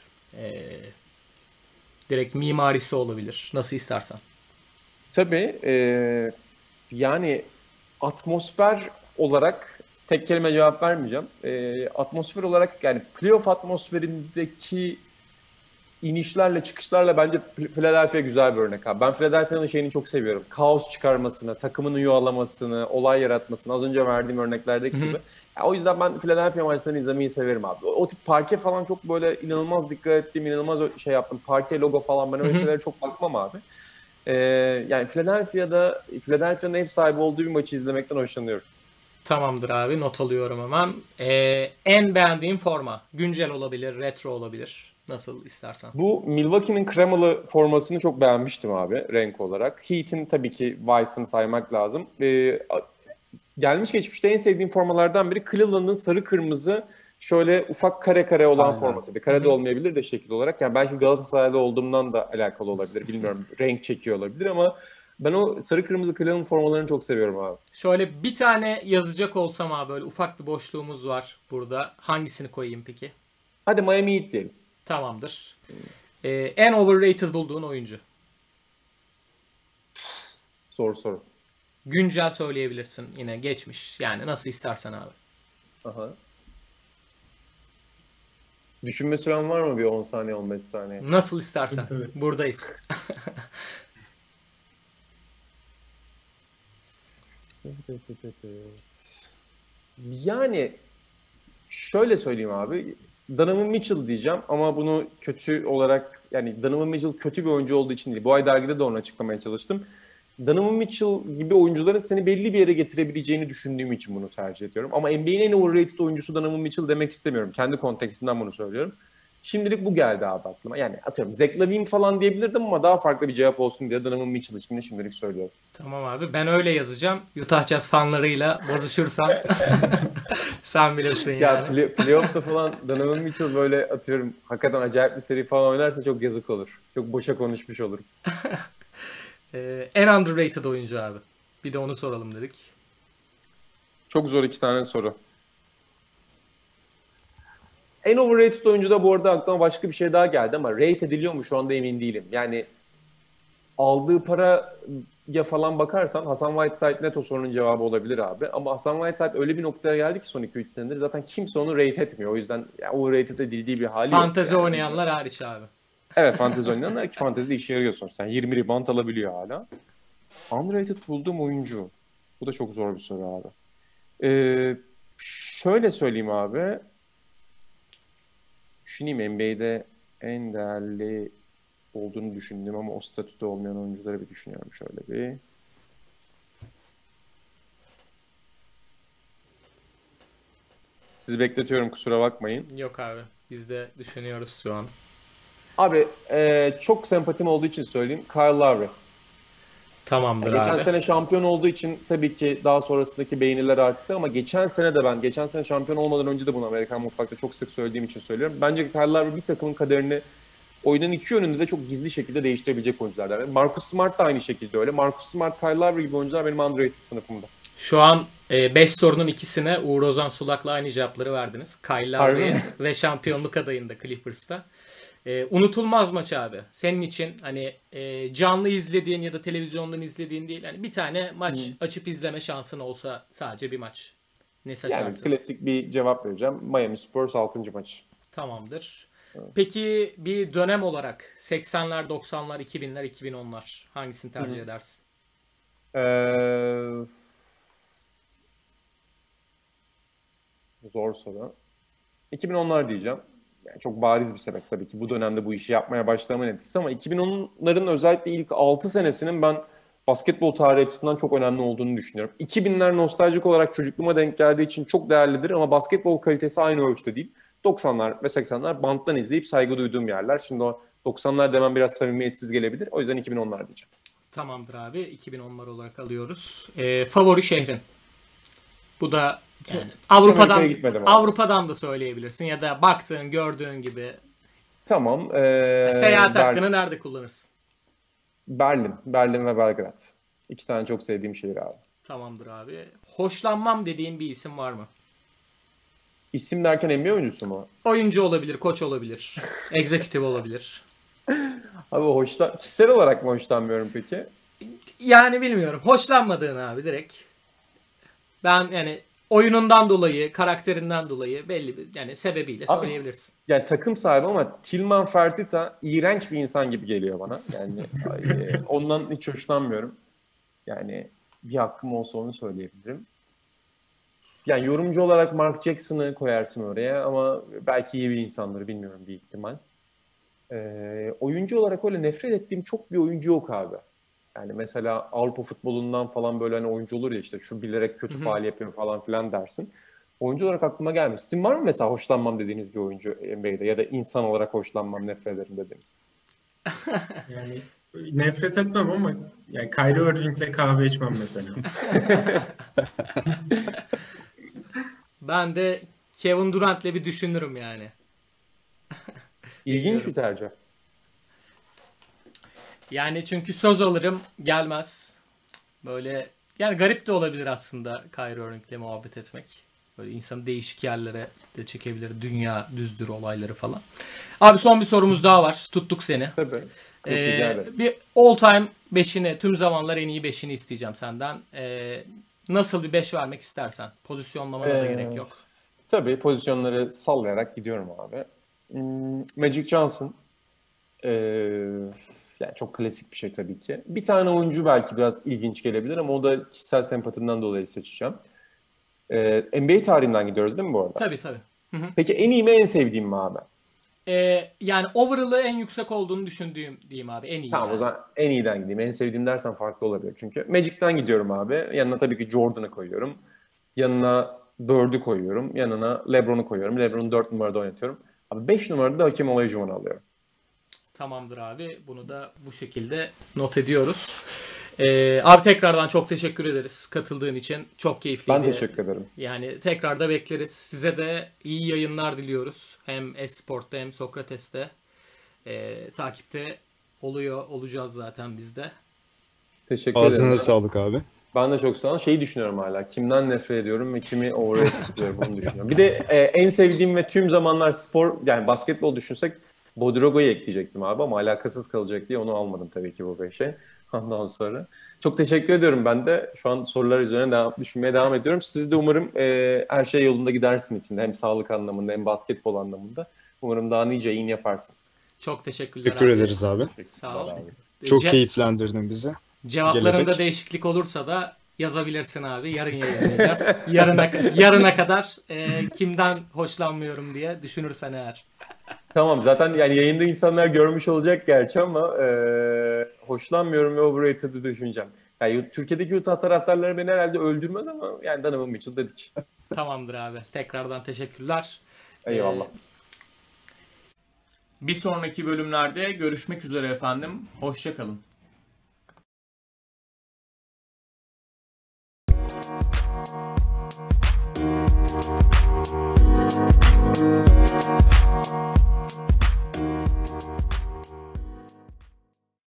Direkt mimarisi olabilir. Nasıl istersen. Tabii. Yani atmosfer olarak tek kelime cevap vermeyeceğim. Atmosfer olarak yani playoff atmosferindeki inişlerle çıkışlarla bence Philadelphia güzel bir örnek abi. Ben Philadelphia'nın şeyini çok seviyorum. Kaos çıkarmasını, takımını yuvalamasını, olay yaratmasını az önce verdiğim örneklerdeki gibi. Yani o yüzden ben Philadelphia maçlarını izlemeyi severim abi. O tip parke falan çok böyle inanılmaz dikkat ettiğim, inanılmaz şey yaptım. Parke logo falan ben öyle şeylere çok bakmam abi. Yani Philadelphia'nın ev sahibi olduğu bir maçı izlemekten hoşlanıyorum. Tamamdır abi not alıyorum hemen. En beğendiğin forma. Güncel olabilir, retro olabilir. Nasıl istersen. Bu Milwaukee'nin kremalı formasını çok beğenmiştim abi renk olarak. Heat'in tabii ki Vice'ını saymak lazım. Gelmiş geçmişte en sevdiğim formalardan biri Cleveland'ın sarı kırmızı şöyle ufak kare kare olan formasıydı. Kare de olmayabilir de şekil olarak. Yani belki Galatasaray'da olduğumdan da alakalı olabilir. Bilmiyorum. Renk çekiyor olabilir ama ben o sarı kırmızı Cleveland formalarını çok seviyorum abi. Şöyle bir tane yazacak olsam abi böyle ufak bir boşluğumuz var burada. Hangisini koyayım peki? Hadi Miami Heat diyelim. Tamamdır. En overrated bulduğun oyuncu. Zor soru. Güncel söyleyebilirsin yine geçmiş. Yani nasıl istersen abi. Aha. Düşünme süren var mı bir 10 saniye 15 saniye? Nasıl istersen. Tabii. Buradayız. Yani şöyle söyleyeyim abi. Donovan Mitchell diyeceğim ama bunu kötü olarak yani Donovan Mitchell kötü bir oyuncu olduğu için değil. Bu ay dergide de onu açıklamaya çalıştım. Donovan Mitchell gibi oyuncuların seni belli bir yere getirebileceğini düşündüğüm için bunu tercih ediyorum. Ama NBA'nin en overrated oyuncusu Donovan Mitchell demek istemiyorum. Kendi kontekstinden bunu söylüyorum. Şimdilik bu geldi abi aklıma. Yani atıyorum Zach LaVine falan diyebilirdim ama daha farklı bir cevap olsun diye Donovan Mitchell ismini şimdilik söylüyorum. Tamam abi ben öyle yazacağım. Utah Jazz fanlarıyla bozuşursan sen bilirsin yani. Ya playoff'ta falan Donovan Mitchell böyle atıyorum hakikaten acayip bir seri falan oynarsa çok yazık olur. Çok boşa konuşmuş olurum. En underrated oyuncu abi. Bir de onu soralım dedik. Çok zor 2 tane soru. En overrated oyuncu da bu arada aklıma başka bir şey daha geldi ama rate ediliyor mu şu anda emin değilim. Yani aldığı paraya falan bakarsan Hasan Whiteside net o sorunun cevabı olabilir abi. Ama Hasan Whiteside öyle bir noktaya geldi ki son 2-3 senedir zaten kimse onu rate etmiyor. O yüzden overrated edildiği bir hali yok. Fantezi oynayanlar hariç abi. Evet fantezi oynayanlar ki fantezide işe yarıyor sonuçta. Yani 20 rebound alabiliyor hala. Underrated bulduğum oyuncu. Bu da çok zor bir soru abi. Şöyle söyleyeyim abi. Düşüneyim NBA'de en değerli olduğunu düşündüm ama o statüde olmayan oyuncuları bir düşünüyorum şöyle bir. Sizi bekletiyorum kusura bakmayın. Yok abi biz de düşünüyoruz şu an. Abi çok sempatim olduğu için söyleyeyim. Kyle Lowry. Tamamdır Geçen abi. sene şampiyon olduğu için tabii ki daha sonrasındaki beğeniler arttı ama geçen sene şampiyon olmadan önce de bunu Amerikan Mutfak'ta çok sık söylediğim için söylüyorum. Bence Kyle Lowry bir takımın kaderini oyunun iki yönünde de çok gizli şekilde değiştirebilecek oyunculardan. Marcus Smart da aynı şekilde öyle. Marcus Smart, Kyle Lowry gibi oyuncular benim underrated sınıfımda. Şu an 5 sorunun ikisine Uğur Ozan Sulak'la aynı cevapları verdiniz. Kyle Lowry ve şampiyonluk adayında Clippers'ta. Unutulmaz maç abi. Senin için hani canlı izlediğin ya da televizyondan izlediğin değil. Hani bir tane maç açıp izleme şansın olsa sadece bir maç. Ne Yani seçersin? klasik bir cevap vereceğim. Miami Spurs 6. maçı. Tamamdır. Peki bir dönem olarak 80'ler, 90'lar, 2000'ler, 2010'lar hangisini tercih edersin? Ee, Zor soru. 2010'lar diyeceğim. Yani çok bariz bir sebep tabii ki bu dönemde bu işi yapmaya başlamamın etkisi ama 2010'ların özellikle ilk 6 senesinin ben basketbol tarihi açısından çok önemli olduğunu düşünüyorum. 2000'ler nostaljik olarak çocukluğuma denk geldiği için çok değerlidir ama basketbol kalitesi aynı ölçüde değil. 90'lar ve 80'ler banttan izleyip saygı duyduğum yerler. Şimdi o 90'lar demem biraz samimiyetsiz gelebilir. O yüzden 2010'lar diyeceğim. Tamamdır abi. 2010'lar olarak alıyoruz. Favori şehrin? Bu da yani Amerika'ya gitmedim abi. Avrupa'dan da söyleyebilirsin ya da baktığın, gördüğün gibi. Tamam. Seyahat hakkını nerede kullanırsın? Berlin ve Belgrad. İki tane çok sevdiğim şehir abi. Tamamdır abi. Hoşlanmam dediğin bir isim var mı? İsim derken NBA oyuncusu mu? Oyuncu olabilir, koç olabilir, executive olabilir. Abi kişisel olarak mı hoşlanmıyorum peki? Yani bilmiyorum. Hoşlanmadığın abi direkt. Ben yani oyunundan dolayı, karakterinden dolayı belli bir yani sebebiyle Abi, söyleyebilirsin. Yani takım sahibi ama Tillman Fertitta iğrenç bir insan gibi geliyor bana. Yani ondan hiç hoşlanmıyorum. Yani bir hakkım olsa onu söyleyebilirim. Yani yorumcu olarak Mark Jackson'ı koyarsın oraya ama belki iyi bir insandır bilmiyorum bir ihtimal. Oyuncu olarak öyle nefret ettiğim çok bir oyuncu yok abi. Yani mesela Avrupa futbolundan falan böyle hani oyuncu olur ya işte şu bilerek kötü faal yapıyor falan filan dersin. Oyuncu olarak aklıma gelmiş. Sizin var mı mesela hoşlanmam dediğiniz bir oyuncu NBA'de ya da insan olarak hoşlanmam, nefret ederim dediğiniz? Yani nefret etmem ama yani Kyrie Irving'le kahve içmem mesela. Ben de Kevin Durant'le bir düşünürüm yani. İlginç bir tercih. Yani çünkü söz alırım gelmez. Böyle yani garip de olabilir aslında Kyrie Irving'le muhabbet etmek. Böyle insanı değişik yerlere de çekebilir. Dünya düzdür olayları falan. Abi son bir sorumuz daha var. Tuttuk seni. Tabii. Rica ederim. Bir all time 5'ini, tüm zamanlar en iyi 5'ini isteyeceğim senden. Nasıl bir 5 vermek istersen. Pozisyonlamana da gerek yok. Tabii pozisyonları sallayarak gidiyorum abi. Magic Johnson. Yani çok klasik bir şey tabii ki. Bir tane oyuncu belki biraz ilginç gelebilir ama o da kişisel sempatimden dolayı seçeceğim. NBA tarihinden gidiyoruz değil mi bu arada? Tabii tabii. Hı hı. Peki en iyi mi en sevdiğim mi abi? Yani overall'ı en yüksek olduğunu düşündüğüm diyeyim abi. En iyi. Tamam yani. o zaman en iyiden gideyim. En sevdiğim dersen farklı olabilir çünkü. Magic'ten gidiyorum abi. Yanına tabii ki Jordan'ı koyuyorum. Yanına Bird'ü koyuyorum. Yanına LeBron'u koyuyorum. LeBron'u 4 numarada oynatıyorum. Abi 5 numarada da Hakeem Olajuwon'u alıyorum. Tamamdır abi. Bunu da bu şekilde not ediyoruz. Abi tekrardan çok teşekkür ederiz katıldığın için. Çok keyifliydi. Ben teşekkür ederim. Yani tekrar da bekleriz. Size de iyi yayınlar diliyoruz. Hem Esport'ta hem Sokrates'te. Takipte olacağız zaten biz de. Teşekkür ederim. Ağzına sağlık abi. Ben de çok sağ olun. Şeyi düşünüyorum hala. Kimden nefret ediyorum ve kimi overrated diyorum onu düşünüyorum. Bir de en sevdiğim ve tüm zamanlar spor yani basketbol düşünsek Bodirogo'yu ekleyecektim abi ama alakasız kalacak diye onu almadım tabii ki bu 5'e. Ondan sonra. Çok teşekkür ediyorum ben de. Şu an sorular üzerine düşünmeye devam ediyorum. Siz de umarım her şey yolunda gidersin içinde. Hem sağlık anlamında hem basketbol anlamında. Umarım daha nice yayın yaparsınız. Çok teşekkürler Teşekkür abi. ederiz abi. Sağ ol. Çok keyiflendirdin bizi. Cevaplarında Gelecek. değişiklik olursa da yazabilirsin abi. Yarın yayınlayacağız. Yarına kadar kimden hoşlanmıyorum diye düşünürsen eğer. Tamam zaten yani yayında insanlar görmüş olacak gerçi ama hoşlanmıyorum ve overrated'ı düşüneceğim. Yani Türkiye'deki Utah taraftarları beni herhalde öldürmez ama yani Donovan Mitchell dedik. Tamamdır abi. Tekrardan teşekkürler. Eyvallah. Bir sonraki bölümlerde görüşmek üzere efendim. Hoşça kalın.